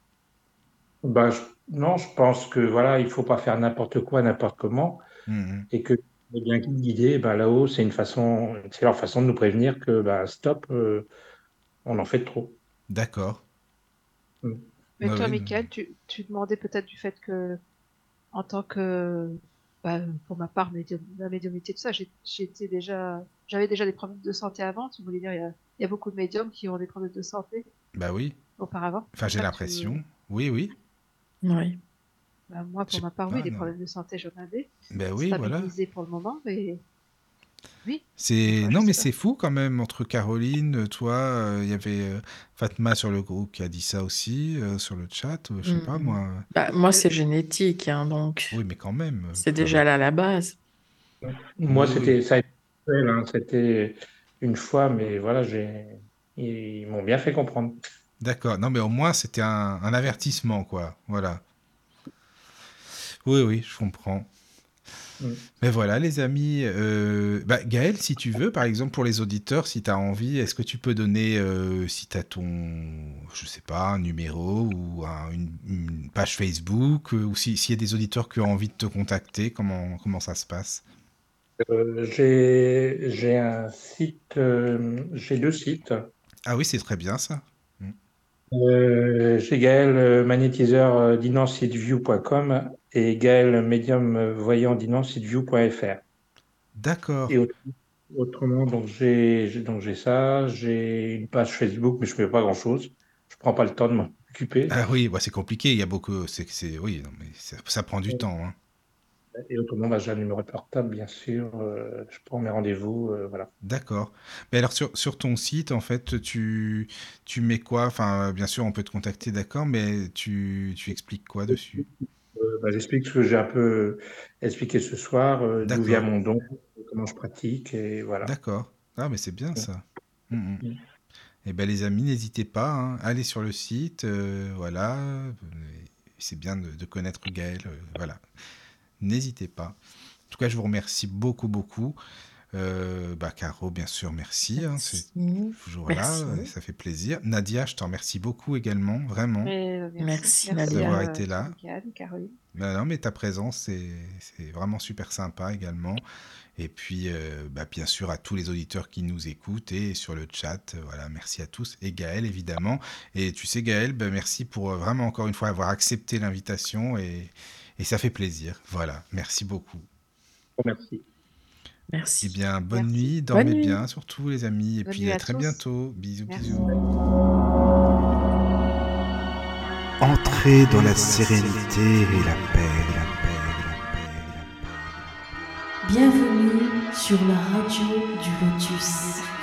Bah, non, je pense que voilà, il faut pas faire n'importe quoi, n'importe comment, Mhm. et que les bien guidés, bah, là-haut, c'est leur façon de nous prévenir que bah, stop, on en fait trop. D'accord. Mm. mais Ouais, toi, ouais. Michael, tu demandais peut-être du fait que, en tant que, bah, pour ma part, la médiumnité, tout ça, j'avais déjà des problèmes de santé avant. Tu voulais dire, il y a beaucoup de médiums qui ont des problèmes de santé Bah oui. auparavant. Enfin, C'est j'ai ça que tu veux. l'impression. Oui, oui. Oui. Bah, moi, Je pour sais ma part, oui, pas, des non. problèmes de santé, j'en avais. Bah oui, voilà. Stabilisés pour le moment, mais oui, des C'est fois, je non, mais sais pas. c'est fou quand même entre Caroline, toi, il y avait Fatma sur le groupe qui a dit ça aussi sur le chat. Je sais pas Mm. moi. Bah, moi, Euh, c'est génétique, hein, donc Oui, mais quand même. c'est Enfin, déjà là la base. Moi, oui, oui. ça a été, cruel, hein, c'était une fois, mais voilà, ils m'ont bien fait comprendre. D'accord. Non, mais au moins, c'était un avertissement, quoi. Voilà. Oui, oui, je comprends. Mm. Mais voilà, les amis. Bah, Gaël, si tu veux, par exemple, pour les auditeurs, si tu as envie, est-ce que tu peux donner, si tu as je sais pas, un numéro ou une page Facebook, ou s'il y a des auditeurs qui ont envie de te contacter, comment ça se passe? J'ai 2 sites. Ah oui, c'est très bien ça. Mm. J'ai Gaël, magnétiseur dinanceitview.com et Gaël, médium voyant dinanceitview.fr. D'accord. Et autrement, donc j'ai ça, j'ai une page Facebook, mais je fais pas grand-chose. Je prends pas le temps de m'en occuper. Ah oui, c'est compliqué, il y a beaucoup... oui, non, mais ça prend du temps, hein. Et autrement, j'ai un numéro de portable, bien sûr. Je prends mes rendez-vous, voilà. D'accord. Mais alors sur ton site, en fait, tu mets quoi? Enfin, bien sûr, on peut te contacter, d'accord, mais tu expliques quoi dessus? J'explique ce que j'ai un peu expliqué ce soir, d'où vient D'accord, mon don, comment je pratique, et voilà. d'accord. Ah, mais c'est bien ça. Mm, mm. Mm. Eh ben les amis, n'hésitez pas, hein, allez sur le site, voilà. C'est bien de connaître Gaël, voilà. N'hésitez pas. En tout cas, je vous remercie beaucoup, beaucoup. Caro, bien sûr, merci, hein, c'est Merci. toujours là, Merci. ça fait plaisir. Nadia, je te remercie beaucoup également, vraiment, Mais, Merci, merci d'avoir Nadia. été là. Yann, Caroline. Non, mais ta présence, c'est vraiment super sympa également. Et puis, bien sûr, à tous les auditeurs qui nous écoutent et sur le chat, voilà, merci à tous. Et Gaël, évidemment. Et tu sais, Gaël, merci pour vraiment encore une fois avoir accepté l'invitation et ça fait plaisir. Voilà, merci beaucoup. Merci. Eh Merci. bien, bonne Merci. nuit, dormez Bonne nuit. bien, surtout les amis. Et Bonne puis nuit à à très tous. bientôt. Bisous, Merci. bisous. Entrez dans la sérénité et la paix, la paix, la paix, la paix. Bienvenue sur la radio du Lotus.